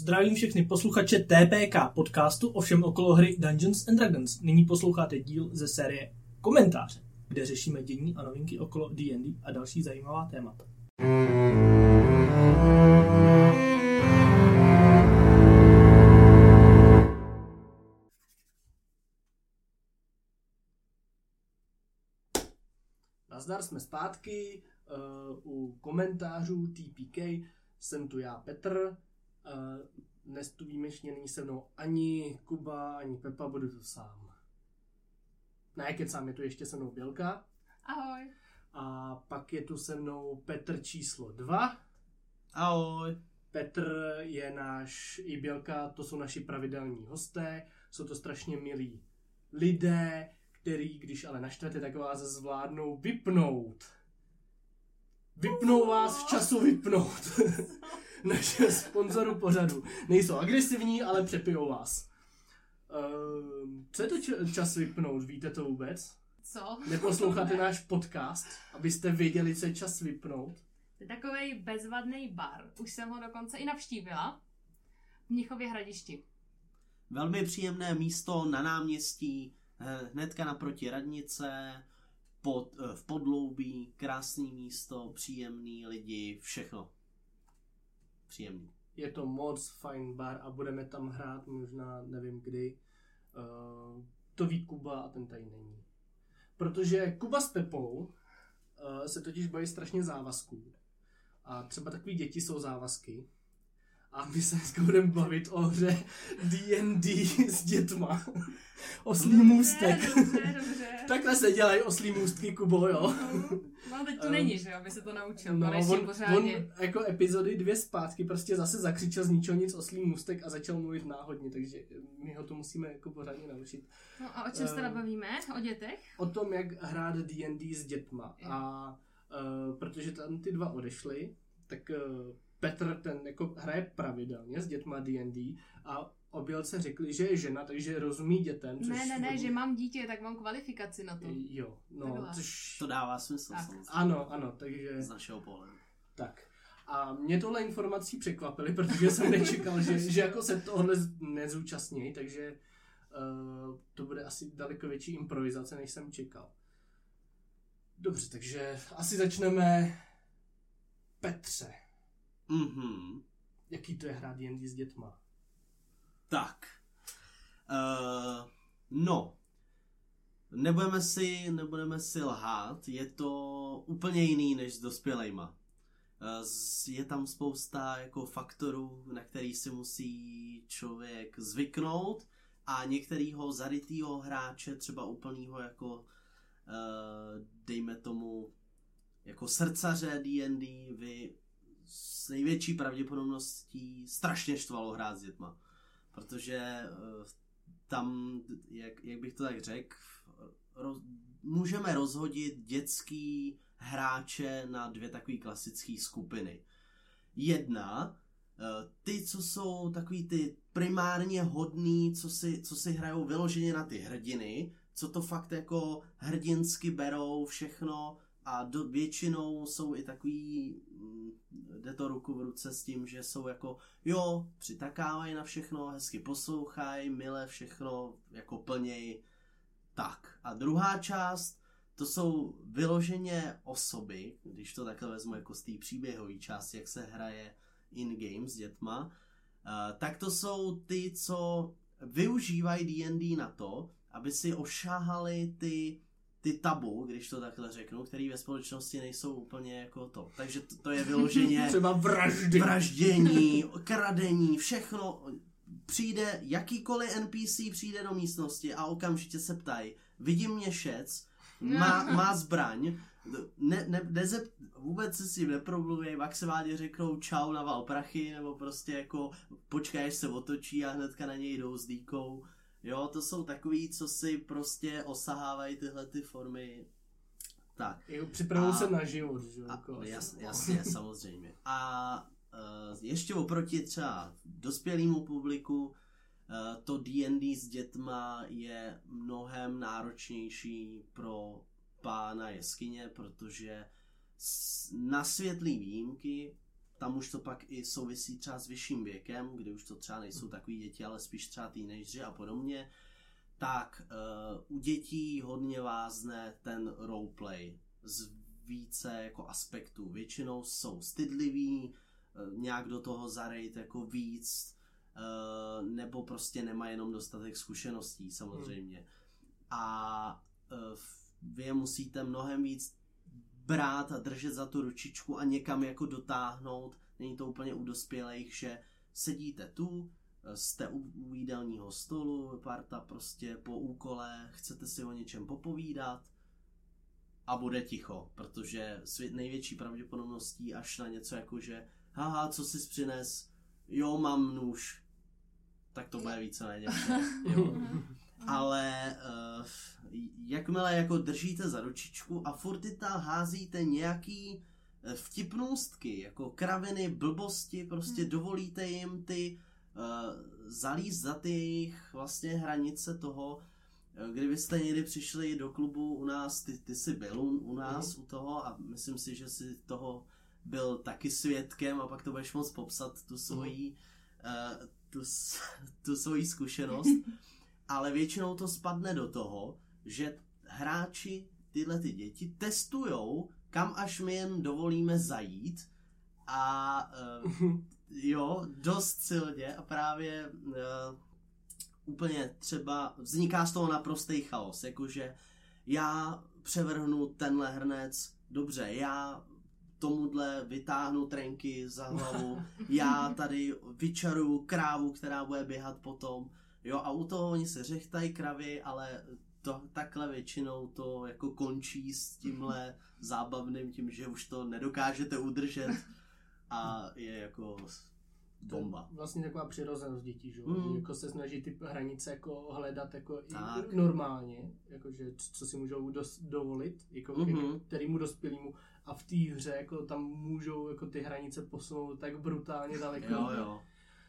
Zdravím všechny posluchače TPK podcastu o všem okolo hry Dungeons and Dragons. Nyní posloucháte díl ze série Komentáře, kde řešíme dění a novinky okolo D&D a další zajímavá témata. Nazdar, jsme zpátky u komentářů TPK. Jsem tu já, Petr. Dnes tu výjimečně není se mnou ani Kuba, ani Pepa, budu tu sám. Ne, kecám, je tu ještě se mnou Bělka. Ahoj. A pak je tu se mnou Petr číslo 2. Ahoj. Petr je náš, i Bělka, to jsou naši pravidelní hosté. Jsou to strašně milí lidé, který, když ale naštvete, tak vás zvládnou vypnout. Vypnou vás v času vypnout. Naše sponzoru pořadu. Nejsou agresivní, ale přepijou vás. Co je to čas vypnout? Víte to vůbec? Co? Neposloucháte náš podcast, abyste věděli, co je čas vypnout? To je takovej bezvadný bar. Už jsem ho dokonce i navštívila. V Mnichově Hradišti. Velmi příjemné místo na náměstí, hnedka naproti radnice, v podloubí, krásný místo, příjemný lidi, všechno. Příjemný. Je to moc fajn bar a budeme tam hrát možná, nevím kdy. To ví Kuba a ten tady není. Protože Kuba s Pepou se totiž bojí strašně závazků. A třeba takový děti jsou závazky. A my se dneska budeme bavit o hře D&D s dětma. Oslí můstek. Dobře. Takhle se dělají oslí můstky, Kubo, jo? No teď to není, že jo, aby se to naučil. No, on pořádně. jako epizody 2 zpátky prostě zase zakřičel z ničeho nic oslí můstek a začal mluvit náhodně, takže my ho to musíme jako pořádně naučit. No a o čem se teda bavíme? O dětech? O tom, jak hrát D&D s dětma. A protože tam ty dva odešli, tak Petr ten jako hraje pravidelně s dětma D&D a o Bělce řekli, že je žena, takže rozumí dětem. Což Ne, že mám dítě, tak mám kvalifikaci na to. Jo, no, což... To dává smysl. Tak. Samozřejmě. Ano, takže... Z našeho pohledu. Tak. A mě tohle informací překvapily, protože jsem nečekal, že jako se tohle nezúčastní, takže to bude asi daleko větší improvizace, než jsem čekal. Dobře, takže asi začneme Petře. Mhm. Jaký to je hrát D&D s dětma? Tak. No. Nebudeme si lhát, je to úplně jiný než s dospělejma. Je tam spousta jako faktorů, na který si musí člověk zvyknout a některýho zarytýho hráče, třeba úplnýho jako dejme tomu jako srdcaře D&D, vy s největší pravděpodobností strašně štvalo hrát s dětma. Protože tam, jak bych to tak řekl, můžeme rozhodit dětský hráče na 2 takové klasické skupiny. Jedna, ty, co jsou takový ty primárně hodný, co si hrajou vyloženě na ty hrdiny, co to fakt jako hrdinsky berou všechno a většinou jsou i takový, jde to ruku v ruce s tím, že jsou jako, jo, přitakávají na všechno, hezky poslouchají, milé všechno, jako plněj, tak. A druhá část, to jsou vyloženě osoby, když to takhle vezmu jako z té příběhové části, jak se hraje in-game s dětma, tak to jsou ty, co využívají D&D na to, aby si ošáhali ty tabu, když to takhle řeknu, který ve společnosti nejsou úplně jako to. Takže to je vyloženě třeba vraždění, kradení, všechno. Přijde jakýkoliv NPC přijde do místnosti a okamžitě se ptají, vidím mě šec, má zbraň, vůbec se s tím neproblují, maximálně řeknou čau, naval prachy, nebo prostě jako počkej, až se otočí a hnedka na něj jdou s dýkou. Jo, to jsou takový, co si prostě osahávají tyhle ty formy. Tak. Připravují se na život, že? Jasně, samozřejmě. A ještě oproti třeba dospělému publiku, to D&D s dětma je mnohem náročnější pro pána jeskyně, protože na světlý výjimky tam už to pak i souvisí třeba s vyšším věkem, kdy už to třeba nejsou takový děti, ale spíš třeba teenageři a podobně, tak u dětí hodně vázne ten roleplay z více jako aspektů. Většinou jsou stydliví, nějak do toho zarejt jako víc, nebo prostě nemají jenom dostatek zkušeností samozřejmě. A vy je musíte mnohem víc brát a držet za tu ručičku a někam jako dotáhnout. Není to úplně u dospělých, že sedíte tu, jste u jídelního stolu, parta prostě po úkole, chcete si o něčem popovídat a bude ticho, protože s největší pravděpodobností až na něco jako, že haha, co jsi přines, jo, mám nůž, tak to bude víceméně. Ale jakmile jako držíte za ručičku a furt tam házíte nějaký vtipnůstky, jako kraviny, blbosti, prostě dovolíte jim ty zalízt za ty jejich vlastně hranice toho, kdybyste někdy přišli do klubu u nás, ty jsi byl u nás u toho a myslím si, že jsi toho byl taky svědkem a pak to budeš moct popsat tu svoji tu svoji zkušenost, ale většinou to spadne do toho, že hráči, tyhle ty děti, testujou, kam až my jen dovolíme zajít a jo, dost silně a právě úplně třeba vzniká z toho naprostý chaos, jakože já převrhnu tenhle hrnec, dobře, já tomuhle vytáhnu trenky za hlavu, já tady vyčaruju krávu, která bude běhat potom, jo, a u toho oni se řechtají kravy, ale to takhle většinou to jako končí s tímhle zábavným, tím, že už to nedokážete udržet a je jako bomba. Vlastně taková přirozenost dětí, že? Jako se snaží ty hranice jako hledat jako tak. I normálně, jakože co si můžou dovolit, jako kterému dospělému, a v té hře jako tam můžou jako ty hranice posunout tak brutálně daleko. Jo.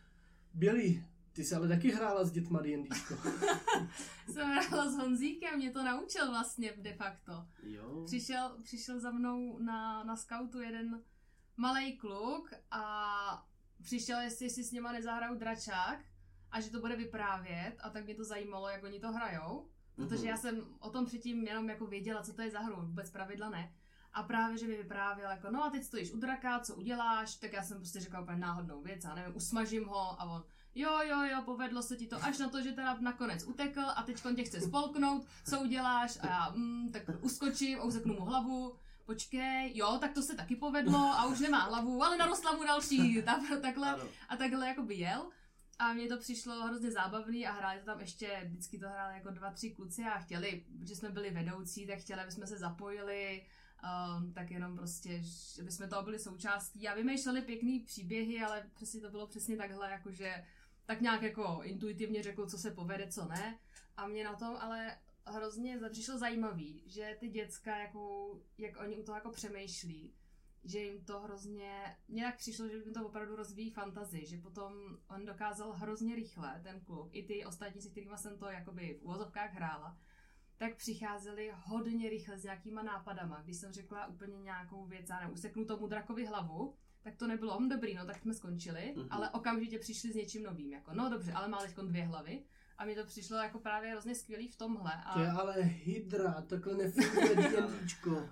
Billy, ty jsi ale taky hrála s dětma D&Dčko. Jsem hrála s Honzíkem, mě to naučil vlastně de facto. Jo. Přišel za mnou na skautu jeden malej kluk a přišel, jestli si s něma nezahrajou dračák a že to bude vyprávět, a tak mě to zajímalo, jak oni to hrajou, protože já jsem o tom předtím jenom jako věděla, co to je za hru, vůbec pravidla ne. A právě, že mi vyprávěl jako, no a teď stojíš u draka, co uděláš, tak já jsem prostě řekla úplně náhodnou věc, já nevím, usmažím ho a on, jo, povedlo se ti to, až na to, že teda nakonec utekl a teďkon tě chce spolknout, co uděláš, a já, tak uskočím a uzeknu mu hlavu, počkej, jo, tak to se taky povedlo a už nemá hlavu, ale narostla mu další, takhle jakoby jel. A mně to přišlo hrozně zábavný a hráli to tam ještě, vždycky to hráli jako 2-3 kluci a chtěli, že jsme byli vedoucí, tak chtěli, aby jsme se zapojili, tak jenom prostě, aby jsme toho byli součástí a vymýšleli pěkný příběhy, ale přesně to bylo přesně takhle, jakože tak nějak jako intuitivně řekl, co se povede, co ne. A mě na tom ale hrozně přišlo zajímavý, že ty děcka, jako, jak oni u toho jako přemýšlí, že jim to hrozně, nějak přišlo, že jim to opravdu rozvíjí fantazii, že potom on dokázal hrozně rychle, ten kluk, i ty ostatní, se kterými jsem to jakoby v uvozovkách hrála, tak přicházeli hodně rychle s nějakýma nápadama. Když jsem řekla úplně nějakou věc, já nevím, useknu tomu drakovi hlavu, tak to nebylo dobrý, no tak jsme skončili, ale okamžitě přišli s něčím novým, jako no dobře, ale má teďkon 2 hlavy. A mi to přišlo jako právě hrozně skvělý v tomhle. A... To je ale hydra, takhle nefunguje D&Dčko.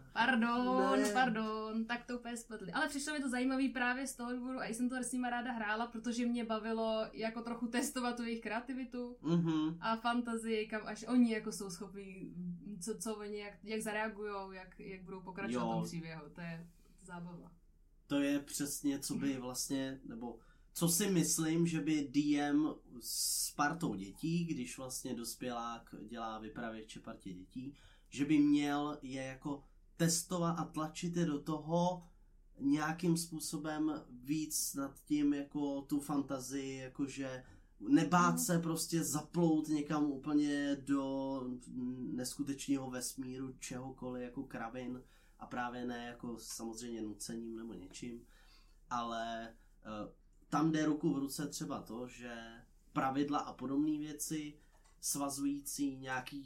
Pardon, tak to úplně spletli. Ale přišlo mi to zajímavý právě z toho důvodu a jsem to s nima ráda hrála, protože mě bavilo jako trochu testovat tu jejich kreativitu a fantazii, kam až oni jako jsou schopní, co oni, jak zareagujou, jak budou pokračovat v tom příběhu. To je zábava. To je přesně, co by vlastně, nebo co si myslím, že by DM s partou dětí, když vlastně dospělák dělá vypravěče partě dětí, že by měl je jako testovat a tlačit je do toho nějakým způsobem víc nad tím jako tu fantazii, jakože nebát se prostě zaplout někam úplně do neskutečného vesmíru čehokoliv jako kravin a právě ne jako samozřejmě nucením nebo něčím, ale tam jde ruku v ruce třeba to, že pravidla a podobné věci svazující nějaký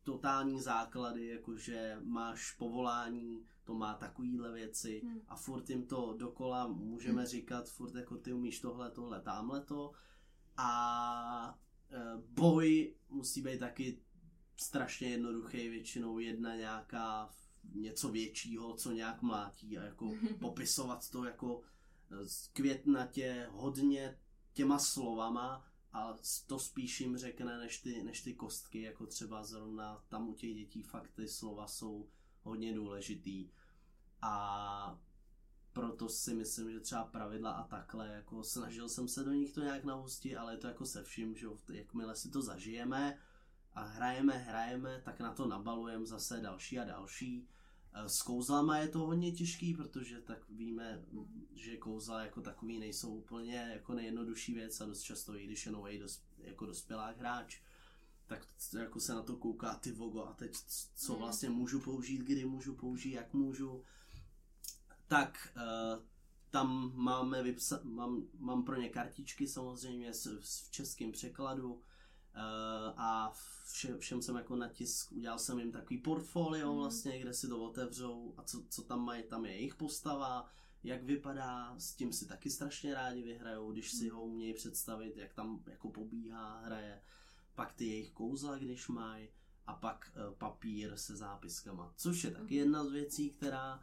totální základy, jakože máš povolání, to má takovýhle věci a furt jim to dokola můžeme říkat, furt jako ty umíš tohle, támhleto a boj musí být taky strašně jednoduchý, většinou jedna nějaká něco většího, co nějak mlátí a jako popisovat to jako květnatě hodně těma slovama a to spíš jim řekne než ty kostky, jako třeba zrovna tam u těch dětí fakt ty slova jsou hodně důležitý a proto si myslím, že třeba pravidla a takhle, jako snažil jsem se do nich to nějak nahustit, ale je to jako se vším, že jakmile si to zažijeme a hrajeme, tak na to nabalujeme zase další a další. S kouzlama je to hodně těžký, protože tak víme, že kouzla jako takový nejsou úplně jako nejjednodušší věc a dost často, i když je novej jako dospělák hráč, tak jako se na to kouká ty vogo a teď co vlastně můžu použít, kdy můžu použít, jak můžu. Tak tam mám pro ně kartičky samozřejmě v českém překladu a všem jsem jako natisk, udělal jsem jim takový portfolio vlastně, kde si to otevřou a co tam mají, tam je jejich postava, jak vypadá, s tím si taky strašně rádi vyhrajou, když si ho umějí představit, jak tam jako pobíhá, hraje, pak ty jejich kouzla, když mají a pak papír se zápiskama, což je taky jedna z věcí, která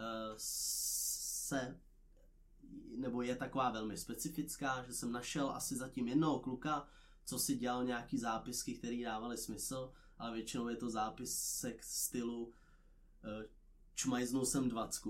nebo je taková velmi specifická, že jsem našel asi zatím jednoho kluka, co si dělal nějaký zápisky, které dávaly smysl, ale většinou je to zápisek stylu čmajznul jsem 20.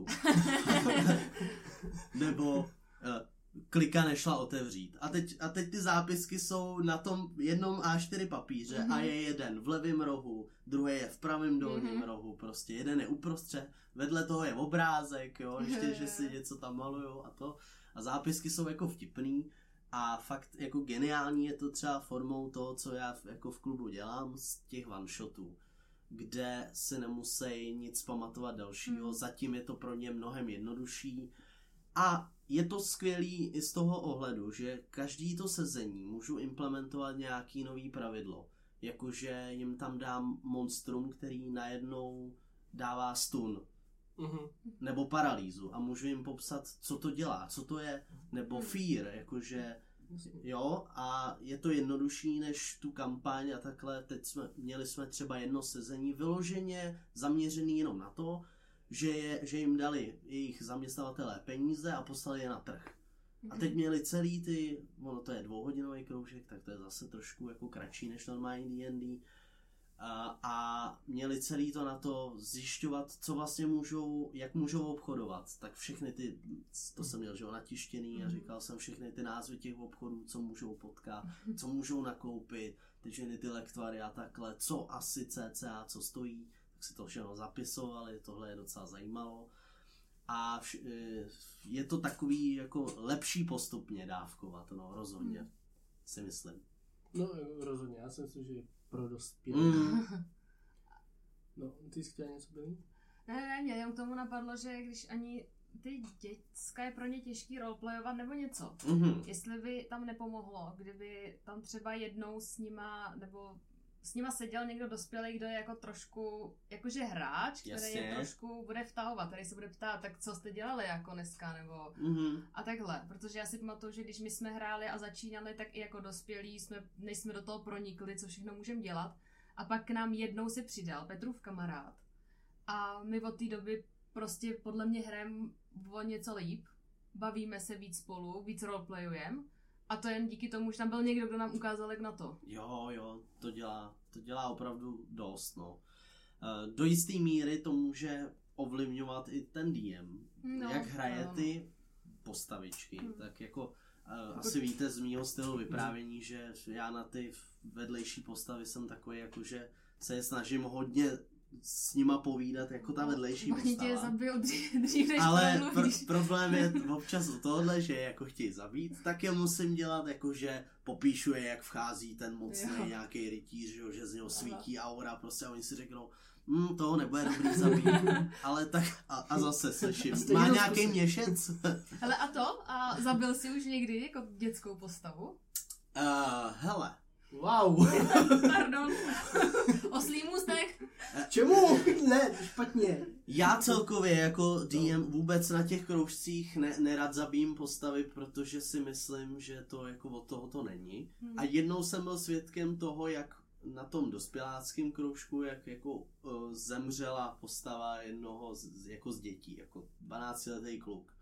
Nebo klika nešla otevřít. A teď ty zápisky jsou na tom jednom A4 papíře a je jeden v levém rohu, druhý je v pravém dolním rohu, prostě jeden je uprostřed, vedle toho je obrázek, jo, ještě, že si něco tam malujou a to. A zápisky jsou jako vtipný a fakt jako geniální je to třeba formou toho, co já jako v klubu dělám z těch one-shotů, kde si nemusí nic pamatovat dalšího, zatím je to pro ně mnohem jednodušší a je to skvělý i z toho ohledu, že každý to sezení můžu implementovat nějaký nový pravidlo, jakože jim tam dám monstrum, který najednou dává stun, nebo paralýzu a můžu jim popsat, co to dělá, co to je, nebo fear, jakože jo, a je to jednodušší než tu kampaň a takhle. Teď měli jsme třeba jedno sezení vyloženě zaměřený jenom na to, že jim dali jejich zaměstnavatelé peníze a poslali je na trh. A teď měli celý ono to je 2hodinový kroužek, tak to je zase trošku jako kratší než normální D&D. A měli celý to na to zjišťovat, co vlastně jak můžou obchodovat. Tak všechny to jsem měl, že natištěný a říkal jsem všechny ty názvy těch obchodů, co můžou potkat, co můžou nakoupit, ty lektvary a takhle, co asi cca, co stojí, tak si to všechno zapisovali, tohle je docela zajímalo. A je to takový jako lepší postupně dávkovat, no rozhodně, si myslím. No rozhodně, já si myslím, že pro dospělé. No, ty jsi chtěla něco být? Ne, mě jenom k tomu napadlo, že když ani ty děcka je pro ně těžký roleplayovat nebo něco. Jestli by tam nepomohlo, kdyby tam třeba jednou s nima seděl někdo dospělý, kdo je jako trošku, jakože hráč, který je trošku bude vtahovat, který se bude ptát, tak co jste dělali jako dneska, nebo a takhle, protože já si pamatuju, že když my jsme hráli a začínali, tak i jako dospělí než jsme do toho pronikli, co všechno můžeme dělat, a pak k nám jednou se přidal Petrův kamarád a my od té doby prostě podle mě hrajeme o něco líp, bavíme se víc spolu, víc roleplayujeme. A to jen díky tomu, že tam byl někdo, kdo nám ukázal, jak na to. Jo, to dělá opravdu dost, no. Do jisté míry to může ovlivňovat i ten DM. Jak hraje ty postavičky. Tak jako asi víte z mýho stylu vyprávění, že já na ty vedlejší postavy jsem takový, jako že se je snažím hodně s nima povídat jako ta vedlejší postava. Oni tě zabijou dřív než ale problém je občas u tohohle, že jako chtějí zabít, tak je musím dělat jako, že popíšu je, jak vchází ten mocný nějaký rytíř, že z něho svítí aura, prostě a oni si řeknou, toho nebude dobrý zabít, ale tak a zase slyším, má nějaký měšec? Hele a zabil jsi už někdy jako dětskou postavu? Hele. Wow. Pardon. Oslý můstek. Čemu? Ne, špatně. Já celkově jako DM vůbec na těch kroužcích nerad zabijím postavy, protože si myslím, že to jako od toho to není. A jednou jsem byl svědkem toho, jak na tom dospěláckém kroužku, jak jako zemřela postava jednoho z dětí, jako 12letý kluk.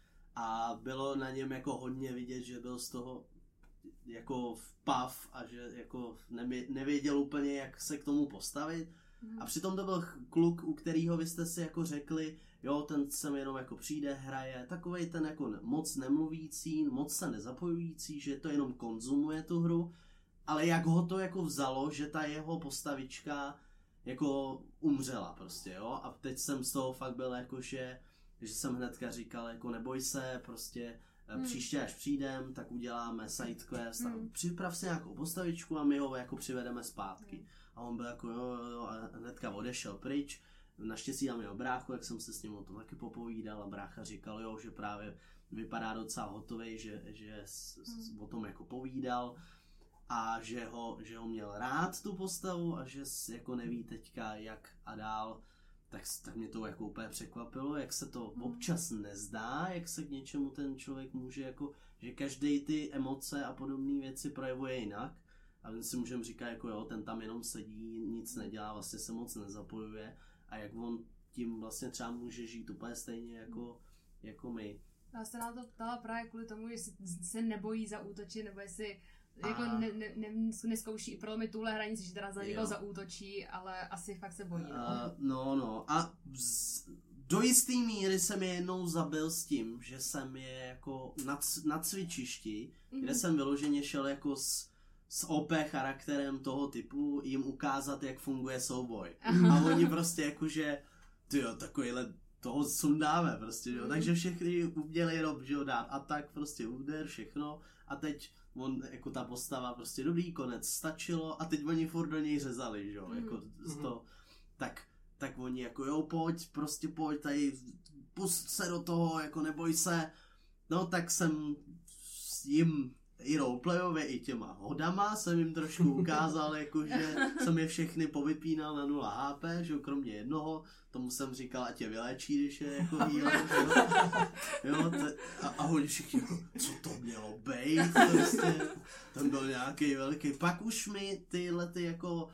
A bylo na něm jako hodně vidět, že byl z toho jako vpav a že jako nevěděl úplně, jak se k tomu postavit. A přitom to byl kluk, u kterého vy jste si jako řekli, jo, ten sem jenom jako přijde, hraje, takovej ten jako moc nemluvící, moc se nezapojující, že to jenom konzumuje tu hru, ale jak ho to jako vzalo, že ta jeho postavička jako umřela prostě, jo, a teď jsem z toho fakt byl jako, že jsem hnedka říkal, jako neboj se, prostě příště až přijdem, tak uděláme sidequest a připrav si nějakou postavičku a my ho jako přivedeme zpátky. A on byl jako jo, a hnedka odešel pryč. Naštěstí tam měl bráchu, jak jsem se s ním o tom taky popovídal a brácha říkal, jo, že právě vypadá docela hotový, že o tom jako povídal a že ho měl rád tu postavu a že jako neví teďka jak a dál. Tak mě to jako úplně překvapilo, jak se to občas nezdá, jak se k něčemu ten člověk může jako, že každý ty emoce a podobné věci projevuje jinak. A my si můžeme říkat, jako jo, ten tam jenom sedí, nic nedělá, vlastně se moc nezapojuje a jak on tím vlastně třeba může žít úplně stejně jako my. Já se na to ptala právě kvůli tomu, jestli se nebojí zaútočit, nebo jestli jako neskouší i prolomit tuhle hranici, že teda za někoho zaútočí, ale asi fakt se bojí. No. A do jistý míry jsem je jednou zabil s tím, že jsem je jako na cvičišti, kde jsem vyloženě šel jako s OP charakterem toho typu jim ukázat, jak funguje souboj. A oni prostě jakože, tyjo, takovýhle toho sundáme prostě, jo. Takže všechny uměli jenom, že jo, dát atak, prostě úder, všechno. A teď on, jako ta postava, prostě dobrý, konec, stačilo. A teď oni furt do něj řezali, že jo, jako to, tak oni jako jo, pojď, tady, pust se do toho, jako neboj se. No tak jsem jim i roleplayově, i těma hodama jsem jim trošku ukázal, jakože jsem je všechny povypínal na 0 HP, že kromě jednoho, tomu jsem říkal, ať je vylečí, když je jako healer, jo, a oni všichni jako, co to mělo být, prostě, ten byl nějaký velký, pak už mi tyhle ty jako,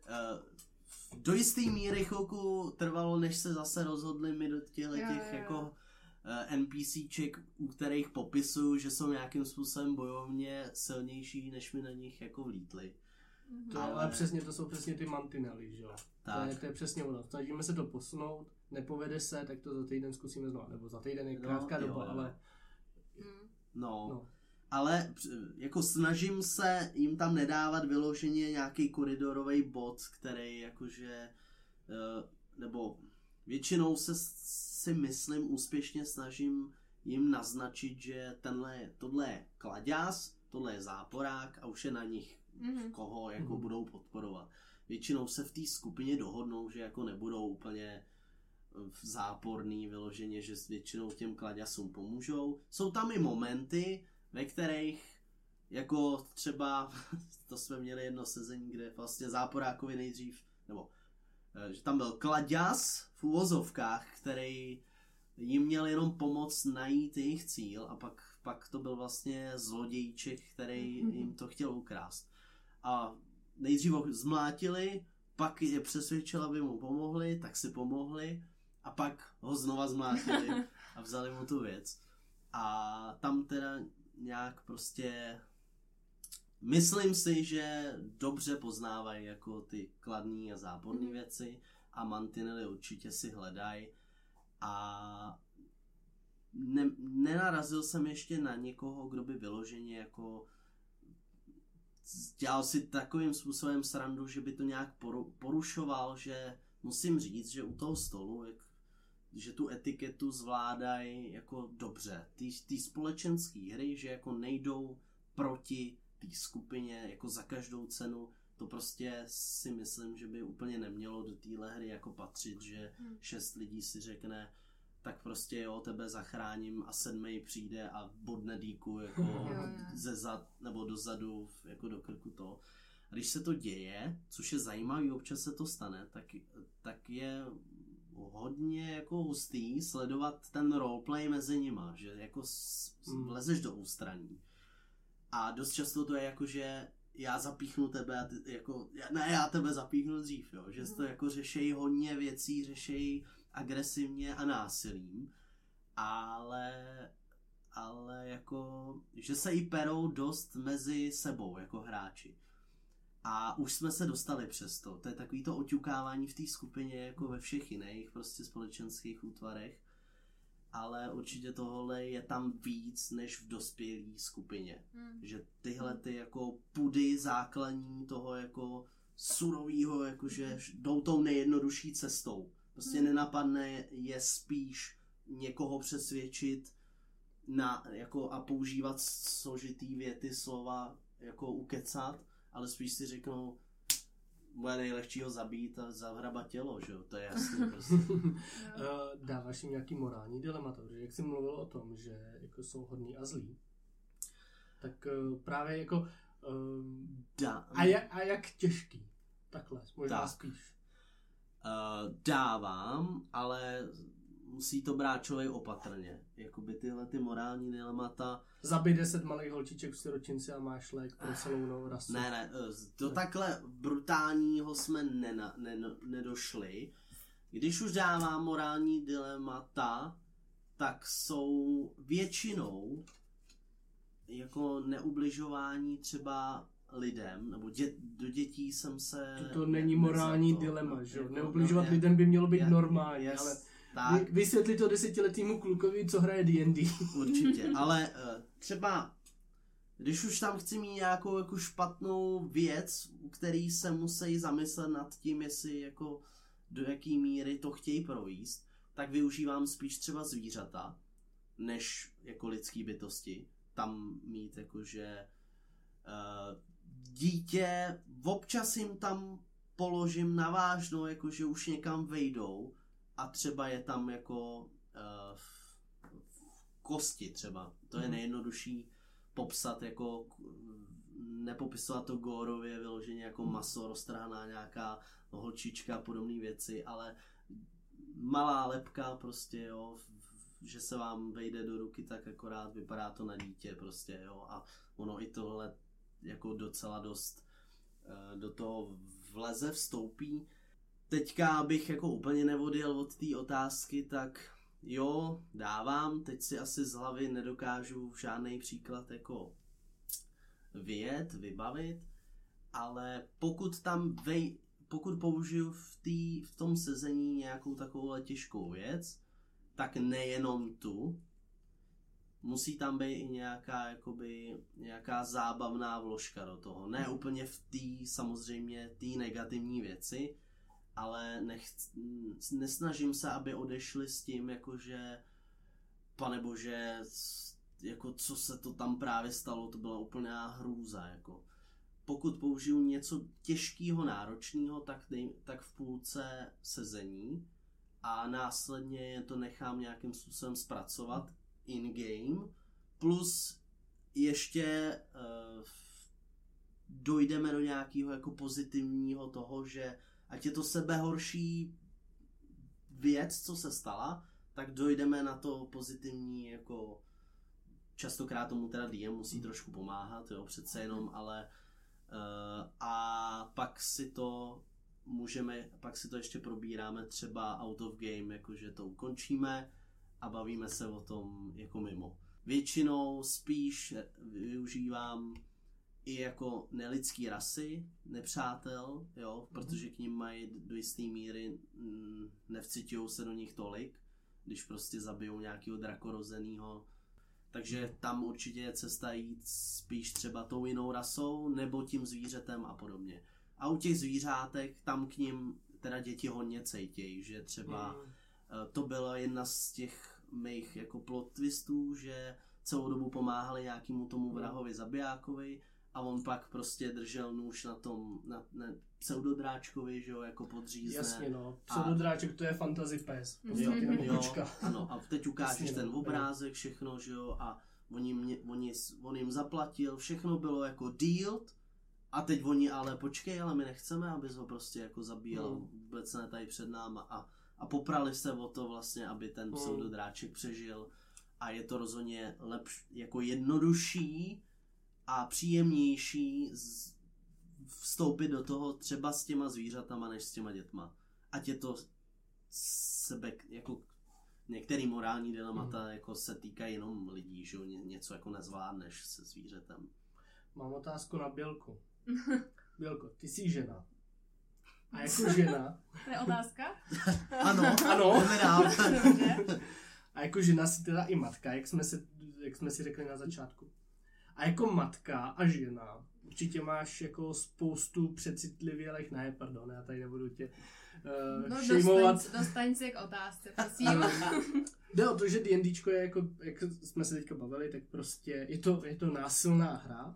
do jistý míry chvilku trvalo, než se zase rozhodli mi do těch jako NPCček, u kterých popisuju, že jsou nějakým způsobem bojovně silnější, než mi na nich jako vlítli. Ale přesně, to jsou přesně ty mantinely, že jo? To je přesně ono. Snažíme se to posunout, nepovede se, tak to za týden zkusíme znovu, nebo za týden je krátká doba, ale... No. Ale jako snažím se jim tam nedávat vyloženě nějaký koridorový bod, který jakože, nebo většinou si myslím úspěšně snažím jim naznačit, že tohle je klaďas, tohle je záporák a už je na nich, koho jako budou podporovat. Většinou se v té skupině dohodnou, že jako nebudou úplně záporný vyloženě, že většinou těm klaďasům pomůžou. Jsou tam i momenty, ve kterých jako třeba, to jsme měli jedno sezení, kde vlastně záporákovi nejdřív, nebo že tam byl klaďas v uvozovkách, který jim měl jenom pomoct najít jejich cíl a pak to byl vlastně zlodějček, který jim to chtěl ukrást. A nejdřív ho zmlátili, pak je přesvědčil, aby mu pomohli, tak si pomohli a pak ho znova zmlátili a vzali mu tu věc. A tam teda nějak prostě myslím si, že dobře poznávají jako ty kladné a záporné věci a mantinely určitě si hledají a nenarazil jsem ještě na někoho, kdo by vyloženě jako dělal si takovým způsobem srandu, že by to nějak porušoval, že musím říct, že u toho stolu, že tu etiketu zvládají jako dobře. Ty společenské hry, že jako nejdou proti té skupině jako za každou cenu, to prostě si myslím, že by úplně nemělo do téhle hry jako patřit, že 6 lidí si řekne, tak prostě jo, tebe zachráním a 7. přijde a bodne dýku jako ze zad nebo dozadu jako do krku to. A když se to děje, což je zajímavý, občas se to stane, tak je hodně jako hustý sledovat ten roleplay mezi nima, že jako vlezeš do ústraní. A dost často to je jako, že já zapíchnu tebe a ty, jako, já tebe zapíchnu dřív, jo, že to jako řešejí hodně věcí, řešejí agresivně a násilím, ale jako, že se i perou dost mezi sebou jako hráči. A už jsme se dostali přes to. To je takový to oťukávání v té skupině jako ve všech jiných prostě společenských útvarech. Ale určitě tohle je tam víc než v dospělé skupině. Že tyhle ty jako pudy základní toho jako surovýho, jakože jdou tou nejjednodušší cestou. Prostě nenapadne je spíš někoho přesvědčit jako a používat složitý věty, slova, jako ukecat, ale spíš si řeknou, bude nejlehčí ho zabít a zahrabat tělo, že jo, to je jasný prostě. Dáváš jim nějaký morální dilemata, protože jak jsi mluvil o tom, že jako jsou hodní a zlí, tak právě jako a jak těžký? Takhle, možná spíš. Dávám, ale musí to brát člověk opatrně. Jakoby tyhle ty morální dilemata. Zabij 10 malých holčiček v siročinci a máš lék pro celou novou rasu. Ne, do takhle brutálního jsme nedošli. Když už dávám morální dilemata, tak jsou většinou jako neubližování třeba lidem, nebo do dětí jsem se... To není morální dilema, že jo? Neubližovat lidem by mělo být normální, ale... Tak. Vysvětli to 10letýmu klukovi, co hraje D&D. Určitě, ale třeba, když už tam chci mít nějakou jako špatnou věc, u který se musí zamyslet nad tím, jestli jako do jaký míry to chtějí provést, tak využívám spíš třeba zvířata, než jako lidský bytosti. Tam mít jakože dítě, občas jim tam položím na vážno, jakože už někam vejdou, a třeba je tam jako kosti třeba. To je nejjednodušší popsat jako, nepopisovat to górově, vyloženě jako maso, roztrhaná nějaká holčička a podobné věci, ale malá lebka prostě, jo, že se vám vejde do ruky, tak akorát vypadá to na dítě prostě, jo, a ono i tohle jako docela dost do toho vstoupí. Teďka, abych jako úplně neodjel od té otázky, tak jo, dávám, teď si asi z hlavy nedokážu žádný příklad jako vybavit, ale pokud použiju v tom sezení nějakou takovou těžkou věc, tak nejenom tu, musí tam být i nějaká zábavná vložka do toho. Ne úplně v té samozřejmě té negativní věci, ale nesnažím se, aby odešli s tím, jakože panebože, jako co se to tam právě stalo, to byla úplná hrůza, jako. Pokud použiju něco těžkého, náročného, tak v půlce sezení a následně to nechám nějakým způsobem zpracovat in-game, plus ještě dojdeme do nějakého jako pozitivního toho, že ať je to sebehorší věc, co se stala, tak dojdeme na to pozitivní, jako častokrát tomu teda DM musí trošku pomáhat, jo, přece jenom, ale a pak si to ještě probíráme třeba out of game, jakože to ukončíme a bavíme se o tom jako mimo. Většinou spíš využívám i jako nelidský rasy, nepřátel, jo, protože k nim mají do jisté míry, nevcitujou se do nich tolik, když prostě zabijou nějakého drakorozenýho. Takže tam určitě je cesta jít spíš třeba tou jinou rasou, nebo tím zvířetem a podobně. A u těch zvířátek, tam k nim teda děti hodně cejtějí, že třeba to byla jedna z těch mých jako plot twistů, že celou dobu pomáhali nějakému tomu vrahovi zabijákovi, a on pak prostě držel nůž na tom, na pseudodráčkovi, že jo, jako podřízne. Jasně no, pseudodráček to je fantasy pes. Jo, ano, a teď ukážeš jasně, ten obrázek, všechno, že jo, a on jim zaplatil, všechno bylo jako dealt A teď oni, ale počkej, ale my nechceme, abys ho prostě jako zabíjel, vůbec ne tady před náma a poprali se o to vlastně, aby ten pseudodráček přežil a je to rozhodně jako jednodušší a příjemnější vstoupit do toho třeba s těma zvířatama, než s těma dětma. Ať je to sebe, jako některý morální dilemata jako se týkají jenom lidí, že něco jako nezvládneš se zvířetem. Mám otázku na Bělku. Bělko, ty jsi žena. A jako žena... To je otázka? Ano. A jako žena si teda i matka, jak jsme si řekli na začátku. A jako matka a žena určitě máš jako spoustu přecitlivělých... Ne, pardon, já tady nebudu tě šejmovat. Dostaň se k otázce, prosím. Jde o to, že D&Dčko je jako, jak jsme se teďka bavili, tak prostě je to násilná hra.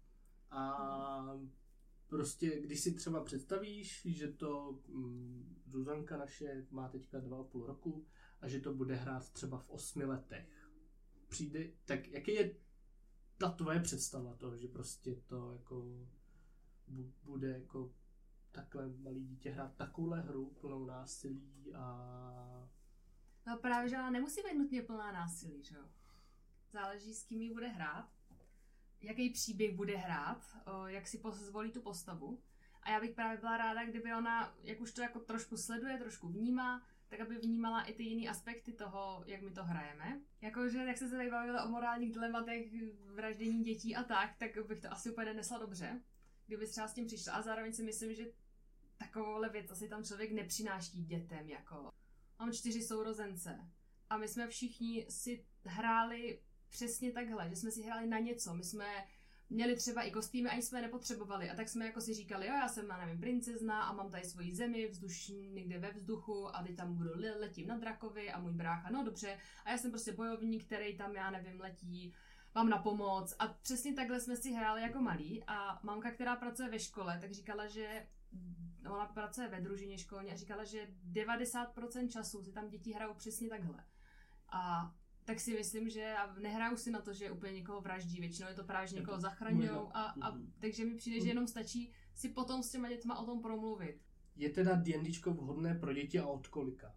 A prostě, když si třeba představíš, že to Zuzanka naše má teďka 2,5 roku a že to bude hrát třeba v 8 letech. Přijde, tak jaký je ta tvoje představa toho, že prostě to jako bude jako takhle malý dítě hrát takovouhle hru plnou násilí a... No právě, že ona nemusí být nutně plná násilí, že jo? Záleží, s kým ji bude hrát, jaký příběh bude hrát, jak si zvolí tu postavu. A já bych právě byla ráda, kdyby ona, jak už to jako trošku sleduje, trošku vnímá, tak aby vnímala i ty jiné aspekty toho, jak my to hrajeme. Jakože, jak se tady bavila o morálních dilematech, vraždění dětí a tak bych to asi úplně nenesla dobře, kdyby třeba s tím přišla. A zároveň si myslím, že takovouhle věc asi tam člověk nepřináší dětem, jako... Mám 4 sourozence a my jsme všichni si hráli přesně takhle, že jsme si hráli na něco. My jsme měli třeba i kostýmy, ani jsme je nepotřebovali. A tak jsme jako si říkali, jo, já jsem, nevím, princezna a mám tady svoji zemi, vzdušní, někde ve vzduchu a teď tam budu letím na drakovi a můj brácha, no dobře. A já jsem prostě bojovník, který tam, já nevím, letí, mám na pomoc. A přesně takhle jsme si hráli jako malí. A mamka, která pracuje ve škole, tak říkala, že ona pracuje ve družině školní a říkala, že 90% času si tam děti hrajou přesně takhle. A tak si myslím, že nehrajou si na to, že úplně někoho vraždí, většinou je to právě, že někoho zachraňujou a takže mi přijde, že jenom stačí si potom s těma dětma o tom promluvit. Je teda D&Dčko vhodné pro děti a od kolika?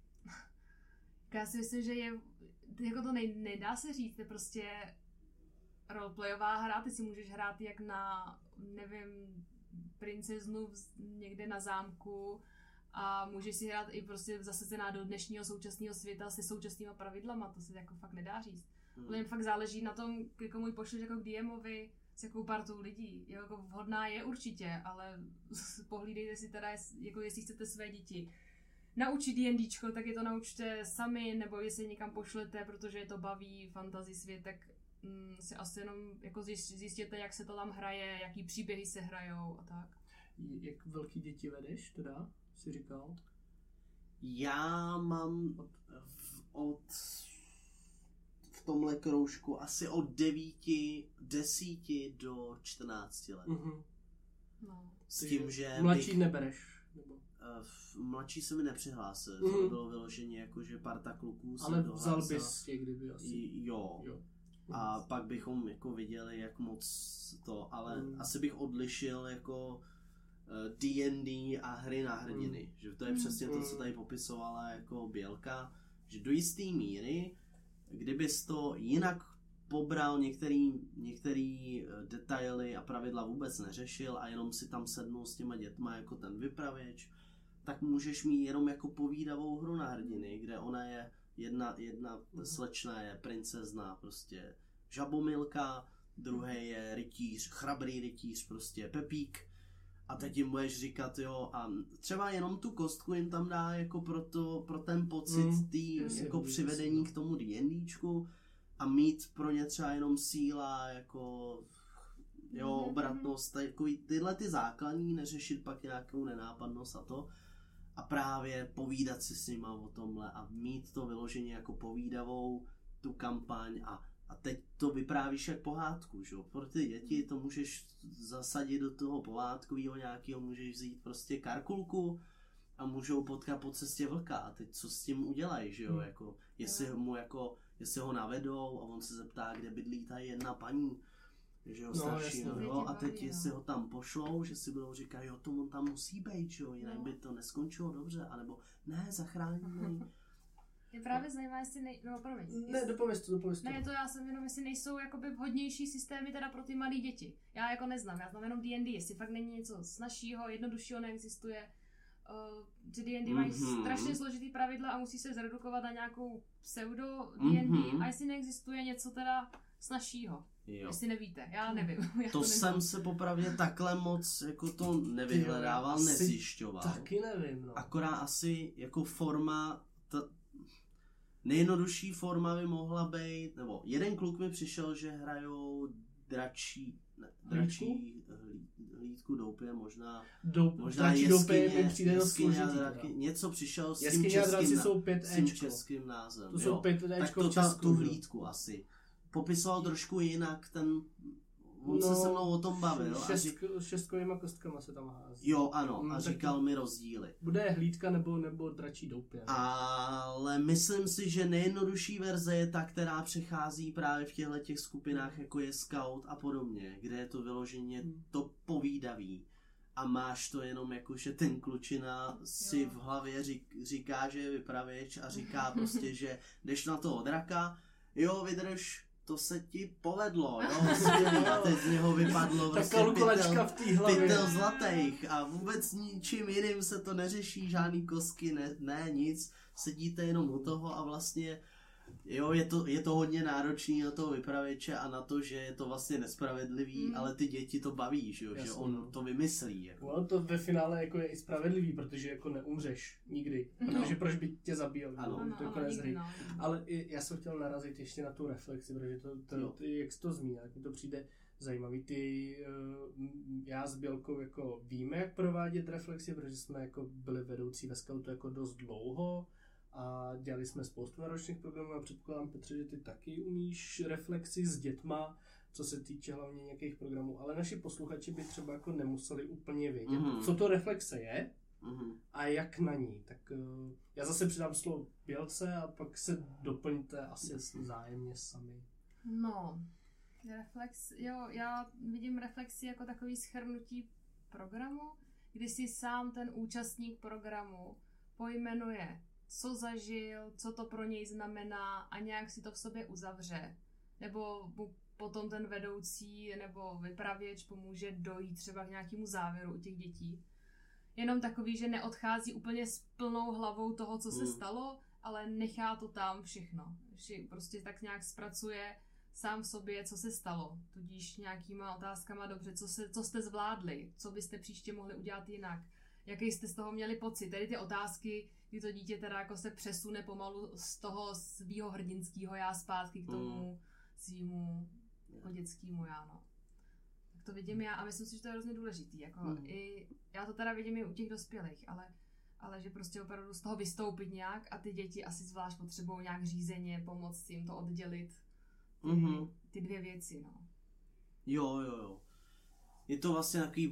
Já si myslím, že je, jako to nedá se říct, je prostě roleplayová hra, ty si můžeš hrát jak na, nevím, princeznu někde na zámku a můžeš si hrát i prostě zasazená do dnešního současného světa se současnýma pravidlama, to se jako fakt nedá říct. Ale fakt záleží na tom, k komu ji pošleš jako k DMovi, s jakou partou lidí. Jako vhodná je určitě, ale pohlídejte si teda, jako jestli chcete své děti naučit D&Dčko, tak je to naučte sami, nebo jestli někam pošlete, protože je to baví, fantasy svět, tak si asi jenom jako zjistěte, jak se to tam hraje, jaký příběhy se hrajou a tak. Jak velký děti vedeš, teda, jsi říkal? Já mám v tomhle kroužku asi od 10 do 14 let. No. S tím, že mladší nebereš? Nebo? Mladší se mi nepřihlásil, to bylo vyloženě jako, že parta kluků se ale dohlásila. vzal bys je, kdyby asi. Jo. A pak bychom jako viděli, jak moc to, ale asi bych odlišil jako D&D a hry na hrdiny. Že to je přesně to, co tady popisovala jako Bělka, že do jisté míry, kdybys to jinak pobral, některý detaily a pravidla vůbec neřešil a jenom si tam sednul s těma dětma jako ten vypravěč, tak můžeš mít jenom jako povídavou hru na hrdiny, kde ona je jedna slečna je princezna, prostě Žabomilka, druhý je rytíř, chrabrý rytíř, prostě Pepík. A teď jim budeš říkat, jo, a třeba jenom tu kostku jim tam dá jako pro ten pocit jako přivedení k tomu D&Dčku a mít pro ně třeba jenom síla, jako jo, obratnost, takový tyhle ty základní, neřešit pak nějakou nenápadnost a to. A právě povídat si s nima o tomhle a mít to vyloženě jako povídavou tu kampaň a teď to vyprávíš jak pohádku, že? Pro ty děti to můžeš zasadit do toho pohádkového nějakého, můžeš vzít prostě karkulku a můžou potkat po cestě vlka a teď co s tím udělají, že jo? Jako, jestli ho navedou a on se zeptá, kde bydlí ta jedna paní, že ho No, staršího, jasně. jo, a teď Baví, jestli ho tam pošlou, že si budou říkat, jo, to on tam musí být, jo, jinak by to neskončilo dobře, anebo ne, zachráníme ji. Je právě zajímavé, jestli Ne, dopověz to. Ne, to já jsem jenom, jestli nejsou jakoby vhodnější systémy teda pro ty malé děti. Já jako neznám, já znám jenom D&D, jestli fakt není něco snazšího, jednoduššího neexistuje. Ty D&D mají strašně složitý pravidla a musí se zredukovat na nějakou pseudo D&D a jestli neexistuje něco teda snazšího. Jo. Jestli nevíte, já nevím. Já To jsem se popravdě takhle moc jako to nevyhledával, nezjišťoval. Taky nevím, no. Akorát asi jako forma, nejjednodušší forma by mohla být, nebo jeden kluk mi přišel, že hrajou dračí hlídku, doupě, možná Dračí doupě mi přijde dost složitý. Něco přišel s Jeskyně a draci jsou 5Ečko. českým názvem. To jsou 5Ečko tak tu hlídku asi. Popisoval trošku jinak on se se mnou o tom bavil. Šestkovýma kostkama se tam hází. Jo, ano, a říkal mi rozdíly. Bude hlídka nebo dračí doupě. Ale myslím si, že nejjednodušší verze je ta, která přechází právě v těchto skupinách, jako je Scout a podobně, kde je to vyloženě to povídavý. A máš to jenom jako, že ten klučina si v hlavě říká, že je vypravěč a říká prostě, že jdeš na toho draka, jo, vydrž, to se ti povedlo, jo, a teď z něho vypadlo prostě pytel zlatých a vůbec ničím jiným se to neřeší, žádný kostky, ne nic, sedíte jenom u toho a vlastně, jo, je to hodně náročný na toho vypravěče a na to, že je to vlastně nespravedlivý, ale ty děti to baví, že on to vymyslí. Jako. No, to ve finále jako je i spravedlivý, protože jako neumřeš nikdy, protože proč by tě zabíjel, to jako nezří. Ale já jsem chtěl narazit ještě na tu reflexi, protože jak jsi to zmínil, jak mi to přijde zajímavý. Já s Bělkou jako víme, jak provádět reflexi, protože jsme jako byli vedoucí ve Scoutu jako dost dlouho. A dělali jsme spoustu náročných programů a předpokládám, Petře, že ty taky umíš reflexi s dětma, co se týče hlavně nějakých programů, ale naši posluchači by třeba jako nemuseli úplně vědět, co to reflexe je a jak na ní. Tak já zase přidám slovo Bělce a pak se doplňte asi vzájemně sami. No, já vidím reflexi jako takový shrnutí programu, kdy si sám ten účastník programu pojmenuje, co zažil, co to pro něj znamená a nějak si to v sobě uzavře. Nebo mu potom ten vedoucí nebo vypravěč pomůže dojít třeba k nějakému závěru u těch dětí. Jenom takový, že neodchází úplně s plnou hlavou toho, co se stalo, ale nechá to tam všechno. Prostě tak nějak zpracuje sám v sobě, co se stalo. Tudíž nějakýma otázkama, dobře, co jste zvládli, co byste příště mohli udělat jinak. Jaký jste z toho měli pocit? Tedy ty otázky, kdy to dítě teda jako se přesune pomalu z toho svýho hrdinského já zpátky k tomu svýmu jako dětskému já, no. Tak to vidím já a myslím si, že to je hrozně důležitý. Jako i, já to teda vidím i u těch dospělých, ale že prostě opravdu z toho vystoupit nějak a ty děti asi zvlášť potřebují nějak řízeně pomoct jim to oddělit. Ty dvě věci, no. Jo. Je to vlastně takový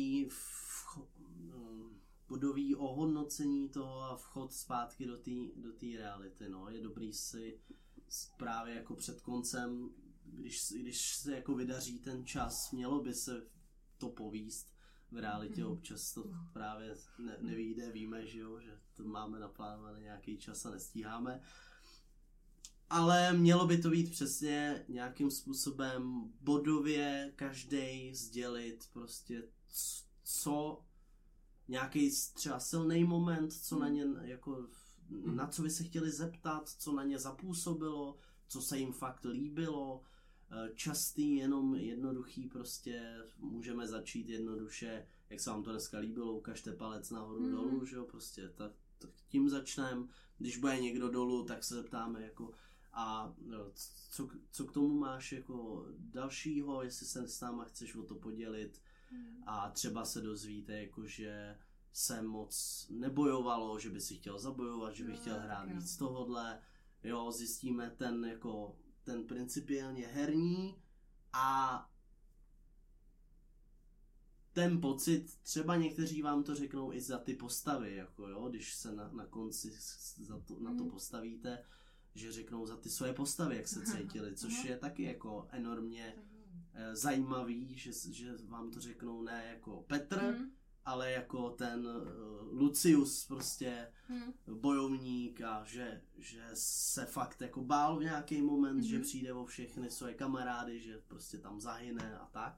bodový ohodnocení toho a vchod zpátky do té reality, no. Je dobrý si právě jako před koncem, když se jako vydaří ten čas, mělo by se to povíst. V realitě občas to právě nevyjde, víme, že to máme naplánovaný nějaký čas a nestíháme. Ale mělo by to být přesně nějakým způsobem bodově každej sdělit prostě co nějaký třeba silný moment, co na ně jako na co by se chtěli zeptat, co na ně zapůsobilo, co se jim fakt líbilo. Častý, jenom jednoduchý prostě, můžeme začít jednoduše, jak se vám to dneska líbilo, ukažte palec nahoru dolů, že jo, prostě tak tím začneme, když bude někdo dolů, tak se zeptáme jako a co k tomu máš jako dalšího, jestli se s náma chceš o to podělit a třeba se dozvíte jako, že se moc nebojovalo, že by si chtěl zabojovat, že by chtěl hrát víc tohodle, jo, zjistíme ten principiálně herní a ten pocit, třeba někteří vám to řeknou i za ty postavy, jako jo, když se na konci na to postavíte, že řeknou za ty svoje postavy, jak se cítili, což je taky jako enormně zajímavý, že vám to řeknou ne jako Petr, ale jako ten Lucius prostě bojovník a že se fakt jako bál v nějaký moment, že přijde o všechny své kamarády, že prostě tam zahyne a tak.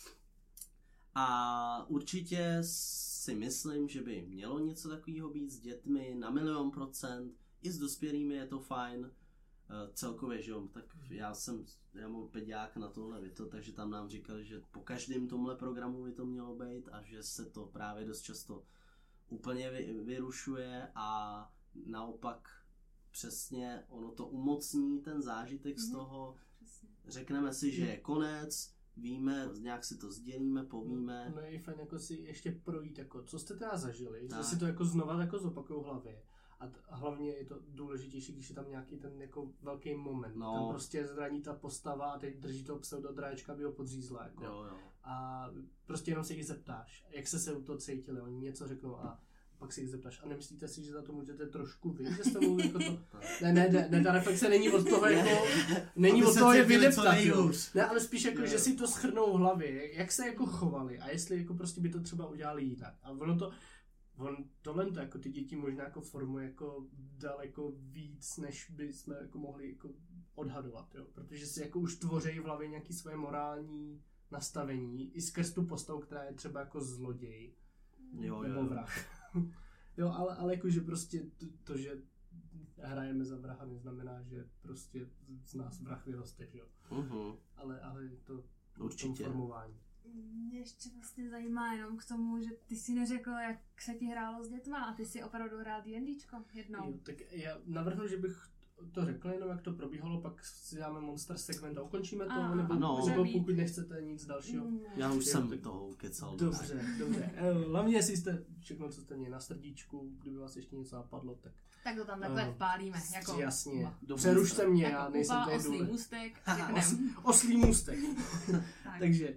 A určitě si myslím, že by mělo něco takového být s dětmi na 1,000,000%, i s dospělými je to fajn, celkově, že jo, tak já mám pediák na tohle Vito, takže tam nám říkali, že po každém tomhle programu by to mělo být a že se to právě dost často úplně vyrušuje a naopak přesně ono to umocní ten zážitek z toho, řekneme si, že je konec, víme, nějak si to sdělíme, povíme. No je fajn jako si ještě projít, jako, co jste teda zažili, že si to jako znova jako zopakují v hlavě. A hlavně je to důležitější, když je tam nějaký ten jako velký moment. No. Tam prostě zraní ta postava a teď drží toho pseudodráčka, aby ho podřízla. Jako. Jo. A prostě jenom se jich zeptáš, jak se u toho cítili, oni něco řeknou a pak si jich zeptáš. A nemyslíte si, že za to můžete trošku vy, že jste mu jako to... Ne, ta reflexe není od toho jako... Není od toho je vydeptat, jo. Ne, ale spíš jako, že si to shrnou v hlavě, jak se jako chovali a jestli jako prostě by to třeba udělali jinak. A tohle jako ty děti možná jako formuje jako daleko víc, než by jsme jako mohli jako odhadovat, jo. Protože si jako už tvoří v hlavě nějaký svoje morální nastavení, i skrz tu postavu, která je třeba jako zloděj. Nebo vrah. Jo, ale jakože prostě to, že hrajeme za vraha, neznamená, že prostě z nás vrah vyroste, jo. Ale je to určitě formování. Mě ještě vlastně zajímá jenom k tomu, že ty si neřekl, jak se ti hrálo s dětma a ty si opravdu hrál D&Dčko jednou. Jo, tak já navrhnu, že bych to řekl jenom, jak to probíhalo, pak si dáme Monster segment a ukončíme to, nebo pokud nechcete nic dalšího. Já už jsem toho kecal. Dobře. Hlavně, jestli jste všechno, co jste měli na srdíčku, kdyby vás ještě něco napadlo, tak to tam takhle vpálíme. Jako, jasně. Přerušte mě, jako já nejsem tady oslý můstek. Oslý můstek. Takže,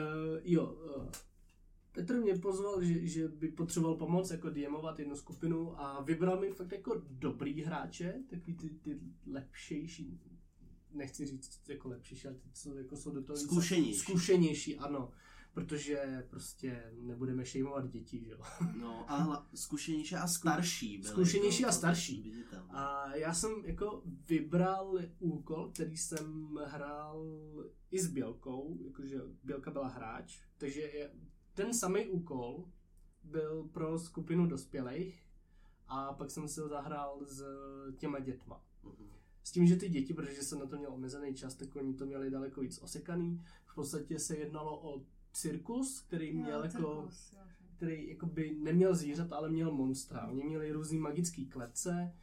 Petr mě pozval, že by potřeboval pomoc jako DMovat jednu skupinu a vybral mi fakt jako dobrý hráče, takový ty lepšejší, nechci říct jako lepšejší, ale ty, co jako jsou do toho zkušenější, ano. Protože prostě nebudeme šejmovat děti, že jo. No, ale zkušenější a starší. Zkušenější a starší. A já jsem jako vybral úkol, který jsem hrál i s Bělkou, jakože Bělka byla hráč, takže ten samý úkol byl pro skupinu dospělých a pak jsem si ho zahrál s těma dětma. S tím, že ty děti, protože jsem na to měl omezený čas, tak oni to měli daleko víc osekaný. V podstatě se jednalo o cirkus, který měl který jakoby neměl zvířata, ale měl monstra. Oni měli různý magický klece,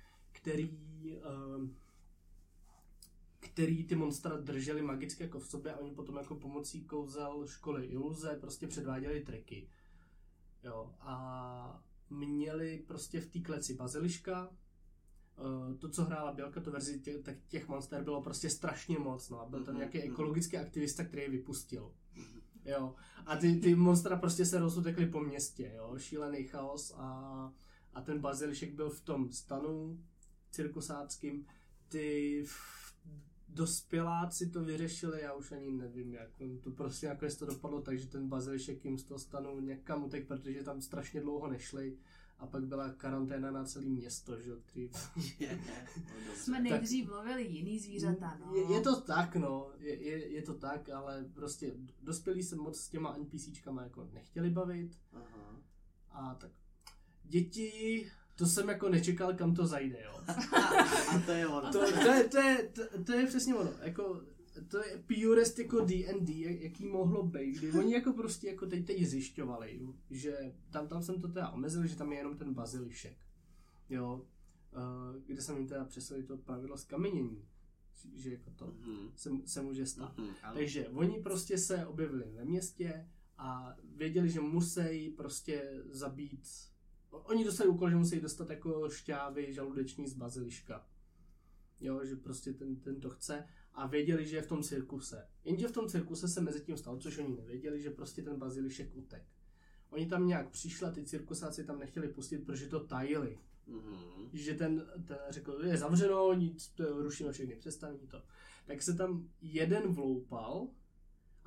který ty monstra drželi magicky jako v sobě a oni potom jako pomocí kouzel školy iluze prostě předváděli triky. Jo, a měli prostě v té kleci baziliška. To, co hrála Bělka, tu verzi těch monster bylo prostě strašně moc, no a byl tam nějaký ekologický aktivista, který je vypustil. Jo, a ty monstra prostě se rozutekly po městě, jo, šílený chaos a ten bazilišek byl v tom stanu cirkusáckým. Ty dospěláci to vyřešili, já už ani nevím, jak to prostě jako to dopadlo, takže ten bazilišek jim z toho stanu někam utek, protože tam strašně dlouho nešli a pak byla karanténa na celé město, že jo, který... Jsme nejdřív lovili jiný zvířata, no. Je to tak, no, je to tak, ale prostě dospělí se moc s těma NPCčkama jako nechtěli bavit. A tak děti... To jsem jako nečekal, kam to zajde, jo. A to je ono. To je přesně ono. Jako, to je purest jako D&D, jaký mohlo být. Kdy oni jako prostě jako teď zjišťovali, že tam jsem to teda omezil, že tam je jenom ten bazilišek. Jo. Kde jsem jim teda přesadil to pravidlo zkamenění. Že jako to se může stát. Takže oni prostě se objevili ve městě a věděli, že musí prostě zabít. Oni dostali úkol, že musí dostat jako šťávy žaludeční z baziliška. Jo, že prostě ten to chce. A věděli, že je v tom cirkuse. Jenže v tom cirkuse se mezi tím stalo, což oni nevěděli, že prostě ten bazilišek utek. Oni tam nějak přišli a ty cirkusáci tam nechtěli pustit, protože to tajili. Že ten řekl, je zavřeno, nic, rušíme všechny představení to. Tak se tam jeden vloupal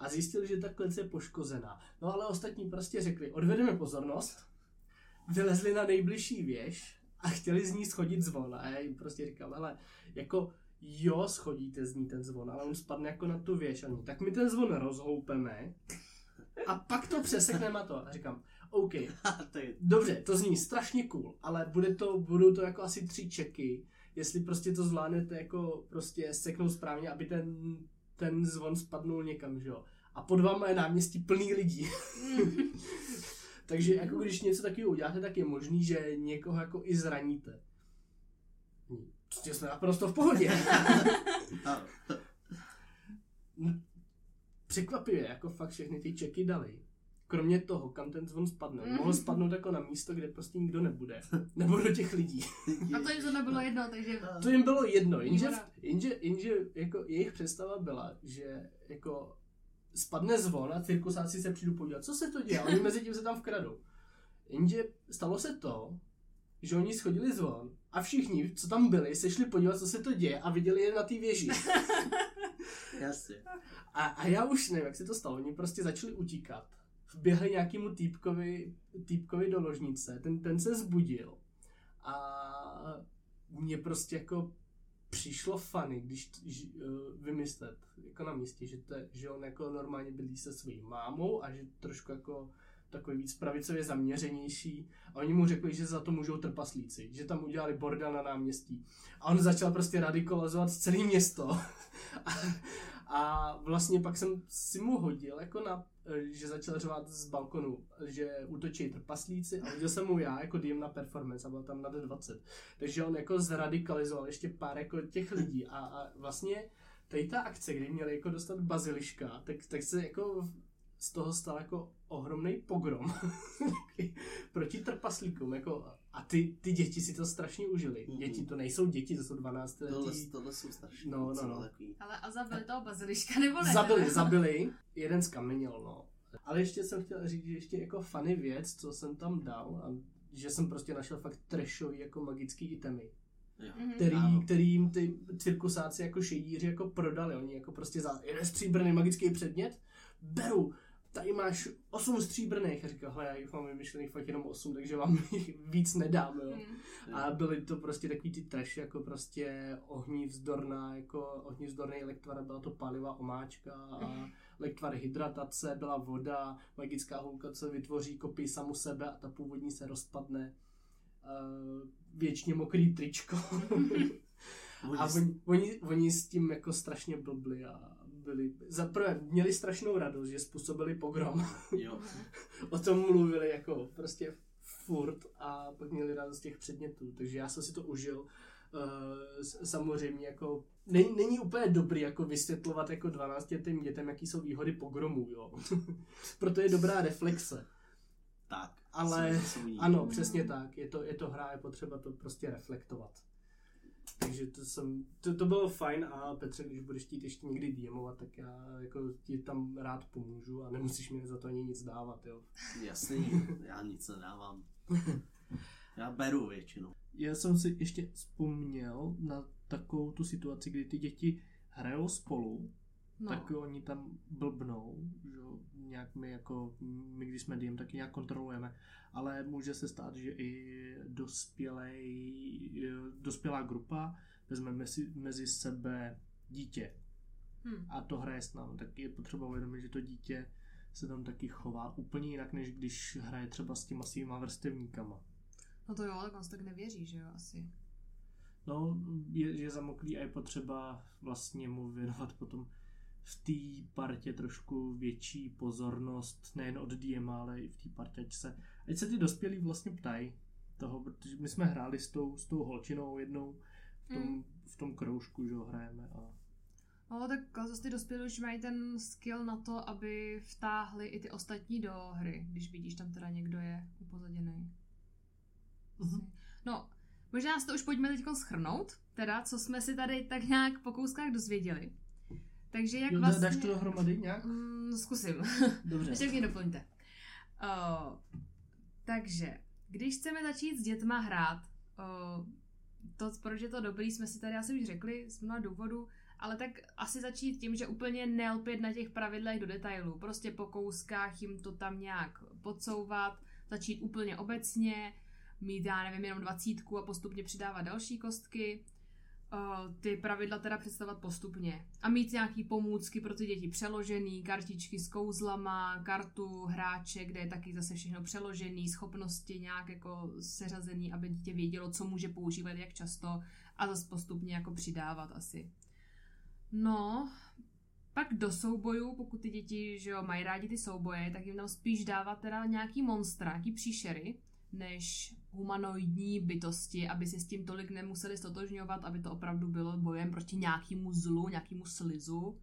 a zjistil, že ta klec je poškozená. No ale ostatní prostě řekli, odvedeme pozornost, vylezli na nejbližší věž a chtěli z ní schodit zvon. A já jim prostě říkám, hele, jako jo, schodíte z ní ten zvon, ale on spadne jako na tu věž. Ani. Tak my ten zvon rozhoupeme a pak to přesekneme a to. A říkám, OK, dobře, to zní strašně cool, ale budou to jako asi 3 čeky, jestli prostě to zvládnete jako prostě seknout správně, aby ten zvon spadnul někam, že jo. A pod váma je náměstí plný lidí. Takže jako když něco takového uděláte, tak je možný, že někoho jako i zraníte. Prostě jsme naprosto v pohodě. Překvapivě, jako fakt všechny ty čeky dali. Kromě toho, kam ten zvon spadne. Mohl spadnout jako na místo, kde prostě nikdo nebude. Nebo do těch lidí. A to jim to nebylo jedno, takže... To jim bylo jedno, jenže jako jejich představa byla, že jako spadne zvon a cirkusáci se přijdu podívat, co se to děje, oni mezi tím se tam vkradou. Jenže stalo se to, že oni schodili zvon a všichni, co tam byli, se šli podívat, co se to děje a viděli je na té věži. Jasně. A já už nevím, jak se to stalo, oni prostě začali utíkat. Vběhli nějakému týpkovi do ložnice, ten se zbudil a mě prostě jako přišlo funny, když vymyslet jako na místě, že on jako normálně bydlí se svojí mámou a že trošku jako takový víc pravicově zaměřenější a oni mu řekli, že za to můžou trpaslíci, že tam udělali bordel na náměstí a on začal prostě radikalizovat celé město a vlastně pak jsem si mu hodil jako že začal řvát z balkonu, že útočí trpaslíci a hodil jsem mu já jako DM na performance a byl tam nad 20. Takže on jako zradikalizoval ještě pár jako těch lidí a vlastně tady ta akce, kdy měli jako dostat baziliška, tak se jako z toho stal jako ohromný pogrom proti trpaslíkům. Jako, a ty děti si to strašně užili. Děti to nejsou děti, to jsou 12 letí. Tohle jsou strašně. No. Ale a zabili toho baziliška, nebo ne? Zabili. Jeden skameněl, no. Ale ještě jsem chtěl říct, že ještě jako funny věc, co jsem tam dal, a že jsem prostě našel fakt trashový jako magický itemy. Který jim ty cirkusáci jako šejdíři jako prodali. Oni jako prostě za jeden stříbrný magický předmět beru. Tady máš 8 stříbrných. A říkal, hele, já jich mám vymyšlených fakt jenom 8, takže vám jich víc nedám, jo. A byly to prostě takový ty trash, jako prostě ohnívzdorný lektvar, byla to pálivá omáčka a lektvar hydratace, byla voda, magická hůlka, co vytvoří kopii samu sebe a ta původní se rozpadne. Věčně mokrý tričko. A oni s tím jako strašně blbli a zaprvé měli strašnou radost, že způsobili pogrom. Jo. O tom mluvili jako prostě furt a pak měli radost těch předmětů, takže já jsem si to užil. Samozřejmě jako není úplně dobrý jako vysvětlovat jako 12letým dětem, jaký jsou výhody pogromu, jo. Proto je dobrá reflexe. Tak. Ale ano, přesně tak. Je to hra, je potřeba to prostě reflektovat. Takže to bylo fajn a Petře, když budeš chtít ještě někdy DMovat, tak já jako ti tam rád pomůžu a nemusíš mi za to ani nic dávat, jo. Jasný, já nic nedávám. Já beru většinou. Já jsem si ještě vzpomněl na takovou tu situaci, kdy ty děti hrajou spolu, tak oni tam blbnou, že nějak my když jsme DM, taky nějak kontrolujeme, ale může se stát, že i dospělá grupa vezme mezi sebe dítě a to hraje s námi, tak je potřeba uvědomit, že to dítě se tam taky chová úplně jinak, než když hraje třeba s těma svýma vrstevníkama. No to jo, tak on se tak nevěří, že jo, asi. No, je zamoklý a je potřeba vlastně mu věnovat potom v té partě trošku větší pozornost, nejen od DM, ale i v té partě, ať se ty dospělí vlastně ptají toho, protože my jsme hráli s tou holčinou jednou v tom kroužku, že ho hrajeme. No, tak zase ty dospělí už mají ten skill na to, aby vtáhli i ty ostatní do hry, když vidíš, tam teda někdo je upozaděný. No, možná si to už pojďme teď shrnout, teda, co jsme si tady tak nějak po kouskách dozvěděli. Takže jak vlastně... Dáš to dohromady nějak? Zkusím. Dobře. Ještě mě doplňte. Takže, když chceme začít s dětma hrát, to, proč je to dobrý, jsme si tady asi už řekli z mnoha důvodů, Ale tak asi začít tím, že úplně nelpět na těch pravidlech do detailů. Prostě po kouskách jim to tam nějak podsouvat, začít úplně obecně, mít, já nevím, jenom 20 a postupně přidávat další kostky. Ty pravidla teda představovat postupně. A mít nějaký pomůcky pro ty děti přeložený, kartičky s kouzlama, kartu, hráče, kde je taky zase všechno přeložený, schopnosti nějak jako seřazený, aby dítě vědělo, co může používat, jak často a zase postupně jako přidávat asi. No, pak do soubojů, pokud ty děti, že jo, mají rádi ty souboje, tak jim tam spíš dávat teda nějaký monstra, nějaký příšery, než humanoidní bytosti, aby se s tím tolik nemuseli stotožňovat, aby to opravdu bylo bojem proti nějakému zlu, nějakému slizu.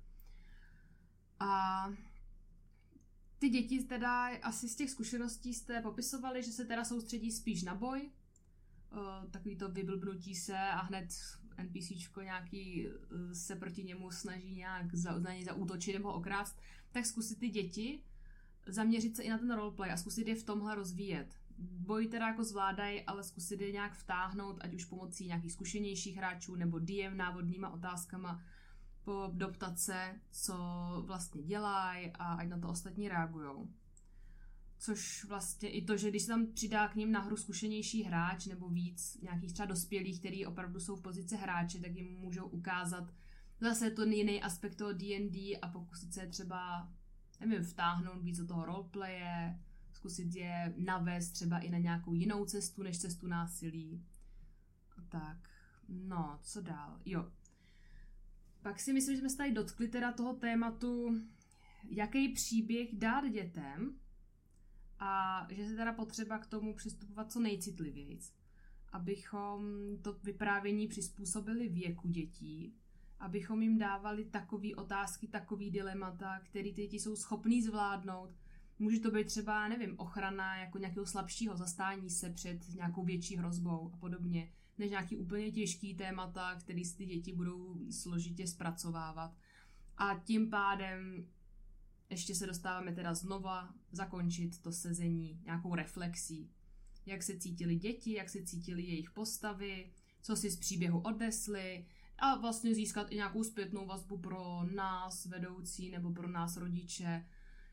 A ty děti teda asi z těch zkušeností jste popisovali, že se teda soustředí spíš na boj, takový to vyblbnutí se a hned NPCčko nějaký se proti němu snaží nějak na něj zaútočit nebo okrást, tak zkusit ty děti zaměřit se i na ten roleplay a zkusit je v tomhle rozvíjet. Boj teda jako zvládají, ale zkusit je nějak vtáhnout, ať už pomocí nějakých zkušenějších hráčů nebo DM návodnýma otázkama, doptat se, co vlastně dělají a ať na to ostatní reagujou. Což vlastně i to, že když se tam přidá k ním na hru zkušenější hráč nebo víc nějakých třeba dospělých, který opravdu jsou v pozici hráče, tak jim můžou ukázat zase to jiný aspekt toho D&D a pokusit se třeba, nevím, vtáhnout víc do toho roleplaye, zkusit je navést třeba i na nějakou jinou cestu, než cestu násilí. Tak, no, co dál? Jo. Pak si myslím, že jsme se tady dotkli teda toho tématu, jaký příběh dát dětem a že se teda potřeba k tomu přistupovat co nejcitlivějc, abychom to vyprávění přizpůsobili věku dětí, abychom jim dávali takové otázky, takový dilemata, které ty děti jsou schopný zvládnout. Může to být třeba, nevím, ochrana jako nějakého slabšího, zastání se před nějakou větší hrozbou a podobně, než nějaký úplně těžký témata, který si ty děti budou složitě zpracovávat. A tím pádem ještě se dostáváme teda znova zakončit to sezení nějakou reflexí. Jak se cítili děti, jak se cítili jejich postavy, co si z příběhu odnesli a vlastně získat i nějakou zpětnou vazbu pro nás vedoucí nebo pro nás rodiče,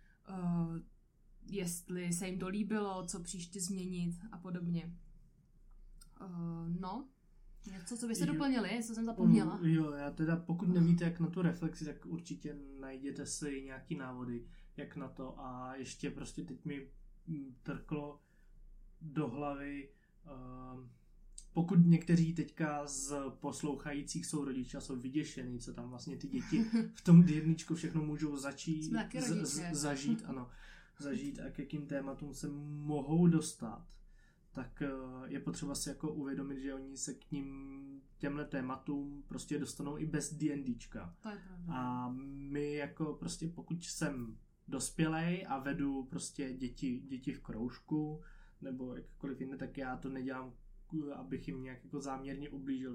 jestli se jim to líbilo, co příště změnit a podobně. No, něco, co byste doplnili, co jsem zapomněla. Jo, já teda pokud nevíte, jak na tu reflexi, tak určitě najděte si nějaký návody, jak na to a ještě prostě teď mi trklo do hlavy, pokud někteří teďka z poslouchajících jsou rodiče a jsou vyděšený, co tam vlastně ty děti v tom D&Dčku všechno můžou začít zažít, ano, zažít a k jakým tématům se mohou dostat, tak je potřeba si jako uvědomit, že oni se k těmhle tématům prostě dostanou i bez D&Dčka. A my jako prostě pokud jsem dospělej a vedu prostě děti v kroužku nebo jakkoliv jiné, tak já to nedělám, abych jim nějak jako záměrně ublížil.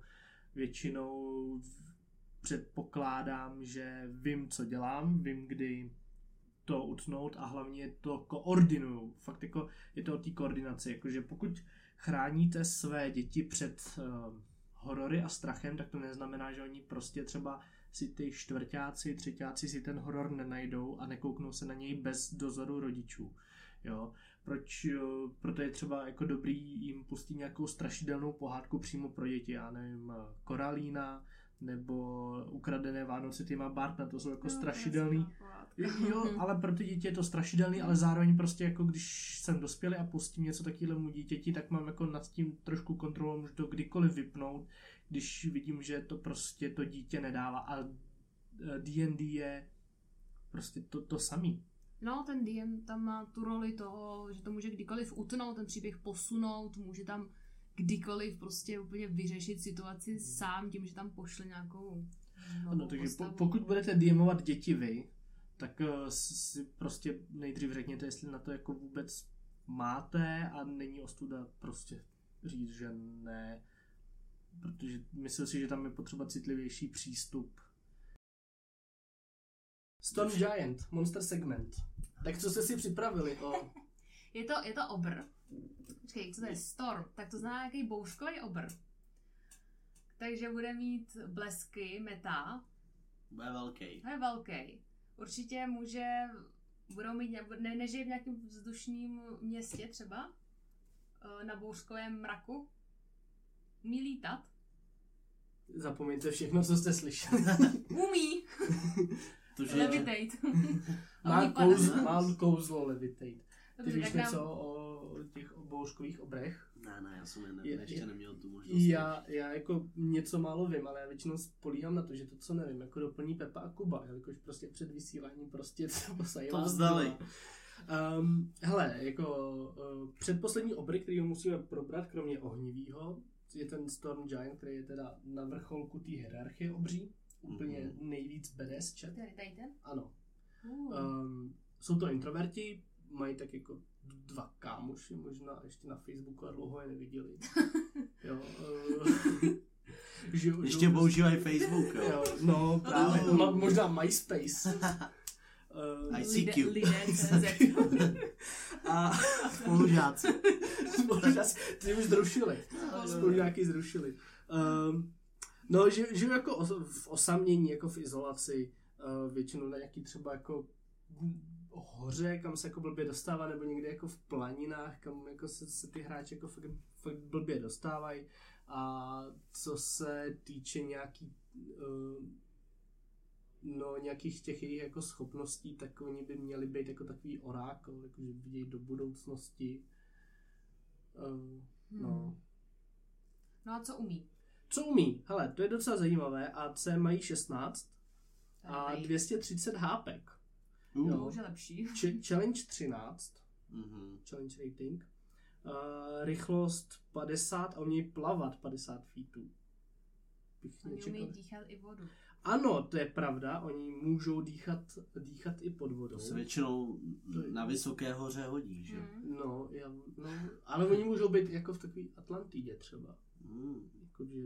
Většinou předpokládám, že vím, co dělám, vím, kdy to utnout a hlavně to koordinuju. Fakt jako je to o té koordinaci, jakože pokud chráníte své děti před horory a strachem, tak to neznamená, že oni prostě třeba si ty čtvrťáci, třeťáci si ten horor nenajdou a nekouknou se na něj bez dozoru rodičů. Jo? Proto je třeba jako dobrý jim pustit nějakou strašidelnou pohádku přímo pro děti, já nevím, Koralína, nebo Ukradené Vánoce Tima Bartna, to jsou jako strašidelný. Jo, ale pro ty děti je to strašidelný, ale zároveň prostě jako když jsem dospělý a pustím něco takovému dítěti, tak mám jako nad tím trošku kontrolu, můžu to kdykoliv vypnout, když vidím, že to prostě to dítě nedává a D&D je prostě to samý. No, ten DM tam má tu roli toho, že to může kdykoliv utnout, ten příběh posunout, může tam kdykoliv prostě úplně vyřešit situaci sám tím, že tam pošle nějakou novou postavu. Pokud budete DMovat děti vy, tak si prostě nejdřív řekněte, jestli na to jako vůbec máte a není ostuda prostě říct, že ne, protože myslím si, že tam je potřeba citlivější přístup. Storm Giant, monster segment. Tak co jste si připravili? Je to obr. Počkej, co to je? Storm. Tak to znamená nějaký bouřkový obr, Takže bude mít blesky, meta. Bude velký. To je velký. Určitě budou mít, nežije v nějakém vzdušném městě třeba, na bouřkovém mraku. Umí lítat. Zapomeňte všechno, co jste slyšeli. Umí! Levitate. Má kouzlo levitate. Ty Dobře, víš tak něco o těch bouřkových obrech? Ne, já jsem ještě neměl tu možnost. Já jako něco málo vím, ale já většinou spolíhám na to, že to, co nevím, jako doplní Pepa a Kuba, jelikož prostě před vysíláním prostě to vzdali. Hele, jako předposlední obry, který musíme probrat, kromě ohnivýho, je ten Storm Giant, který je teda na vrcholku té hierarchie obří. Úplně nejvíc badass chat. Tady ten? Ano. Jsou to introverti, mají tak jako 2 kámoši, možná ještě na Facebooku a dlouho je neviděli. Jo, ještě používají Facebook, jo? Jo, no právě, možná MySpace. ICQ. Lidé.cz. A spolužáci. Ty už zrušili. Spolužáky zrušili. No, žiju jako v osamění, jako v izolaci, většinou na nějaký třeba jako hoře, kam se jako blbě dostává, nebo někde jako v planinách, kam jako se ty hráči jako fakt blbě dostávají. A co se týče nějakých těch jejich jako schopností, tak oni by měli být jako takový orákl, jakože vidějí do budoucnosti. No a co umí? Co umí? Hele, to je docela zajímavé. AC mají 16 a 230 hápek. To už je lepší. Challenge 13. Challenge rating. Rychlost 50 a umějí plavat 50 feetů. Oni umějí dýchat i vodu. Ano, to je pravda, oni můžou dýchat i pod vodou. To se většinou na vysoké hoře hodí, že? No, ale oni můžou být jako v takové Atlantidě třeba. Jakože,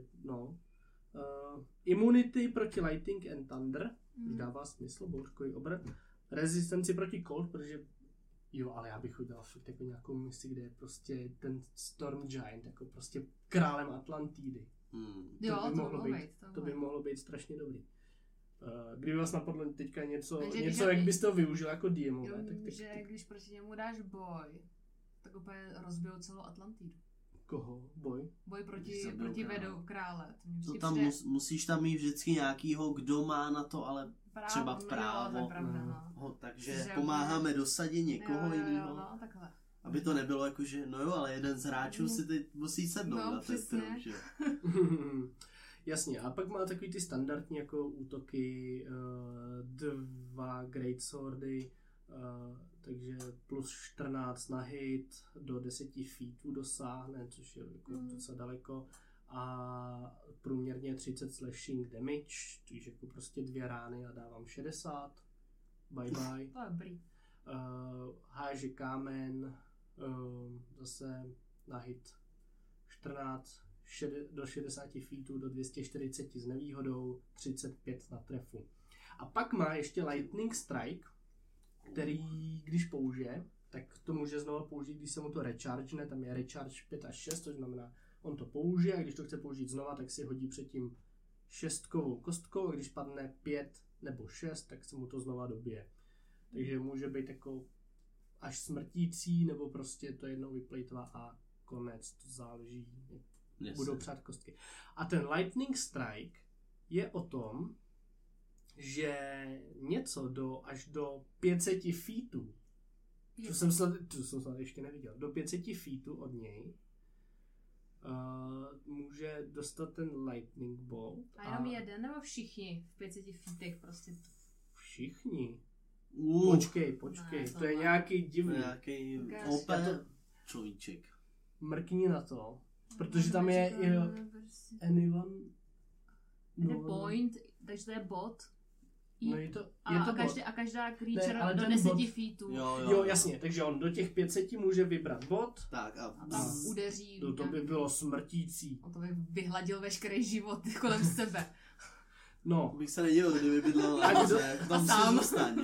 immunity proti lightning and thunder, dává smysl, bouřkový obr. Rezistenci proti cold, protože ale já bych udělal fakt jako nějakou misi, kde je prostě ten Storm Giant jako prostě králem Atlantidy. To by mohlo být strašně dobrý. Kdyby vás napadlo teďka něco jak byste to využil jako DMové, tak když proti němu dáš boj, tak úplně rozbijou celou Atlantidu. Koho? Boj? Boj proti vedou krále. To tam musíš tam mít vždycky nějakýho, kdo má na to, ale třeba právo. Jo, pravda, takže pomáháme dosadit někoho jiného. No, takhle. Aby to nebylo jako, že ale jeden z hráčů si teď musí sednout na ten trůn, že? Jasně, a pak má takový ty standardní jako útoky, 2 Great Swordy, takže plus 14 na hit, do 10 feetů dosáhne, což je jako docela daleko, a průměrně 30 slashing damage, takže jako prostě 2 rány a dávám 60, bye bye. To je dobrý. Háže kámen, zase na hit 14, do 60 feetů, do 240 s nevýhodou, 35 na trefu. A pak má ještě Lightning Strike, který když použije, tak to může znovu použít, když se mu to recharge, tam je recharge 5 až 6, což znamená, on to použije a když to chce použít znova, tak si hodí předtím 6kovou kostkou a když padne 5 nebo 6, tak se mu to znova dobije. Takže může být jako až smrtící, nebo prostě to jednou vyplejtvá a konec, to záleží, budou přát kostky. A ten Lightning Strike je o tom, že něco až do 500 feetů, to jsem snad ještě neviděl, do 500 feetů od něj může dostat ten Lightning Bolt. A jenom jeden nebo všichni v 500 feetech prostě? Všichni. Počkej, to je nějaký divný. Nějaký človíček. Mrkni na to, protože tam je anyone. Point, takže to je bot. No je to a každá creature do 10 feetů. Jo, jasně, takže on do těch 500 může vybrat bot. Tak a tam udeří. To by bylo smrtící. To by vyhladil veškerý život kolem sebe. No. Bych se nedělal, kdyby bydlel tam sám.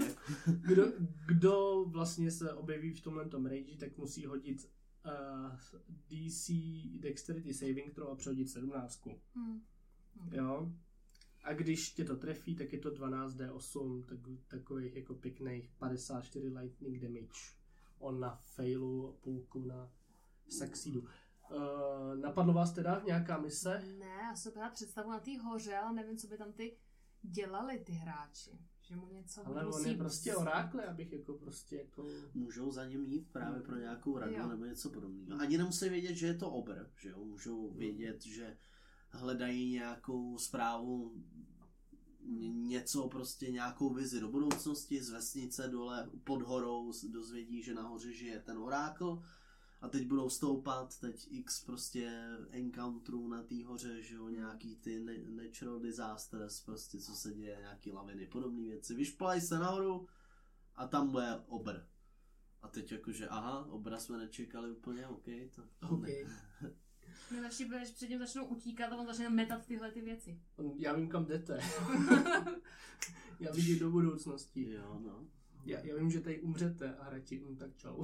Kdo vlastně se objeví v tomhletom rage, tak musí hodit DC Dexterity Saving Throw a přehodit 17. Jo. A když tě to trefí, tak je to 12d8, takových jako pěkných 54 lightning damage. On na failu, půlku na succeedu. Napadlo vás teda nějaká mise? Ne, já se právě představu na té hoře, ale nevím, co by tam ty dělali ty hráči. Že mu něco ale on je prostě orákle, abych jako prostě jako... Můžou za ním jít právě pro nějakou radu nebo něco podobného. Ani nemusí vědět, že je to obr, že jo? Můžou vědět, že hledají nějakou zprávu, něco prostě, nějakou vizi do budoucnosti, z vesnice dole pod horou dozvědí, že nahoře žije ten orákl a teď budou stoupat, teď x prostě encounterů na té hoře, že jo, nějaký ty natural disasters, prostě co se děje, nějaký laviny, podobné věci, vyšplají se nahoru a tam bude obr. A teď jakože, aha, obra jsme nečekali úplně, OK, to okay. Nejlepší bude, že předtím začnou utíkat a on začne metat tyhle ty věci. Já vím, kam jdete. Já vidím do budoucnosti. Jo, no. Já vím, že tady umřete a hrati, tak čau.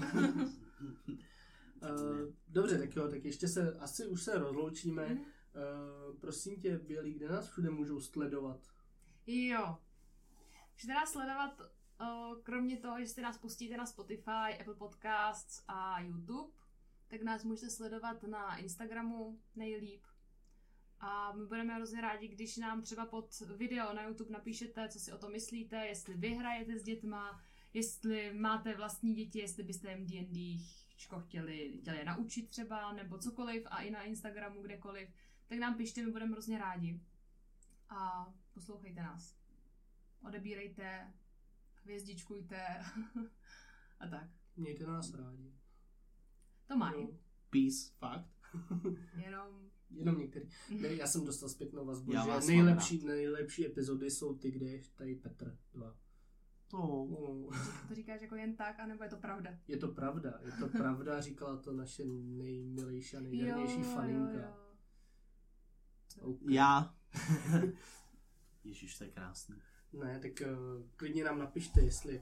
Dobře, tak jo, tak ještě asi už se rozloučíme. Prosím tě, Bělý, kde nás všude můžou sledovat? Jo. Můžete nás sledovat, kromě toho, že si nás pustíte na Spotify, Apple Podcasts a YouTube, tak nás můžete sledovat na Instagramu nejlíp. A my budeme hrozně rádi, když nám třeba pod video na YouTube napíšete, co si o tom myslíte, jestli vy hrajete s dětma, jestli máte vlastní děti, jestli byste jim D&D chtěli je naučit třeba, nebo cokoliv, a i na Instagramu, kdekoliv, tak nám pište, my budeme hrozně rádi. A poslouchejte nás. Odebírejte, hvězdičkujte a tak. Mějte nás rádi. To mají. Peace. Fakt? Jenom některý. Já jsem dostal zpětnou vazbu, Já že nejlepší epizody jsou ty, kde je tady Petr 2. To říkáš jako jen tak, anebo je to pravda? Je to pravda, říkala to naše nejmilejší a nejvěrnější faninka. Okay. Já. Ježiš, to je krásný. Ne, tak klidně nám napište,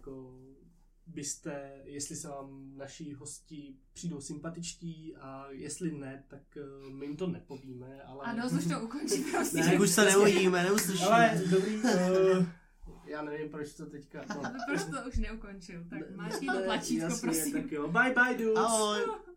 jestli se vám naši hosti přijdou sympatičtí, a jestli ne, tak my jim to nepovíme, ale... A už to ukončí, prostě. Ne, už se neuvidíme, neuslyšíme. Ale dobrý, já nevím, proč to teďka... Proč to už neukončil, tak máš jít to tlačítko, jasně, prosím. Tak jo, bye dudes. Ahoj.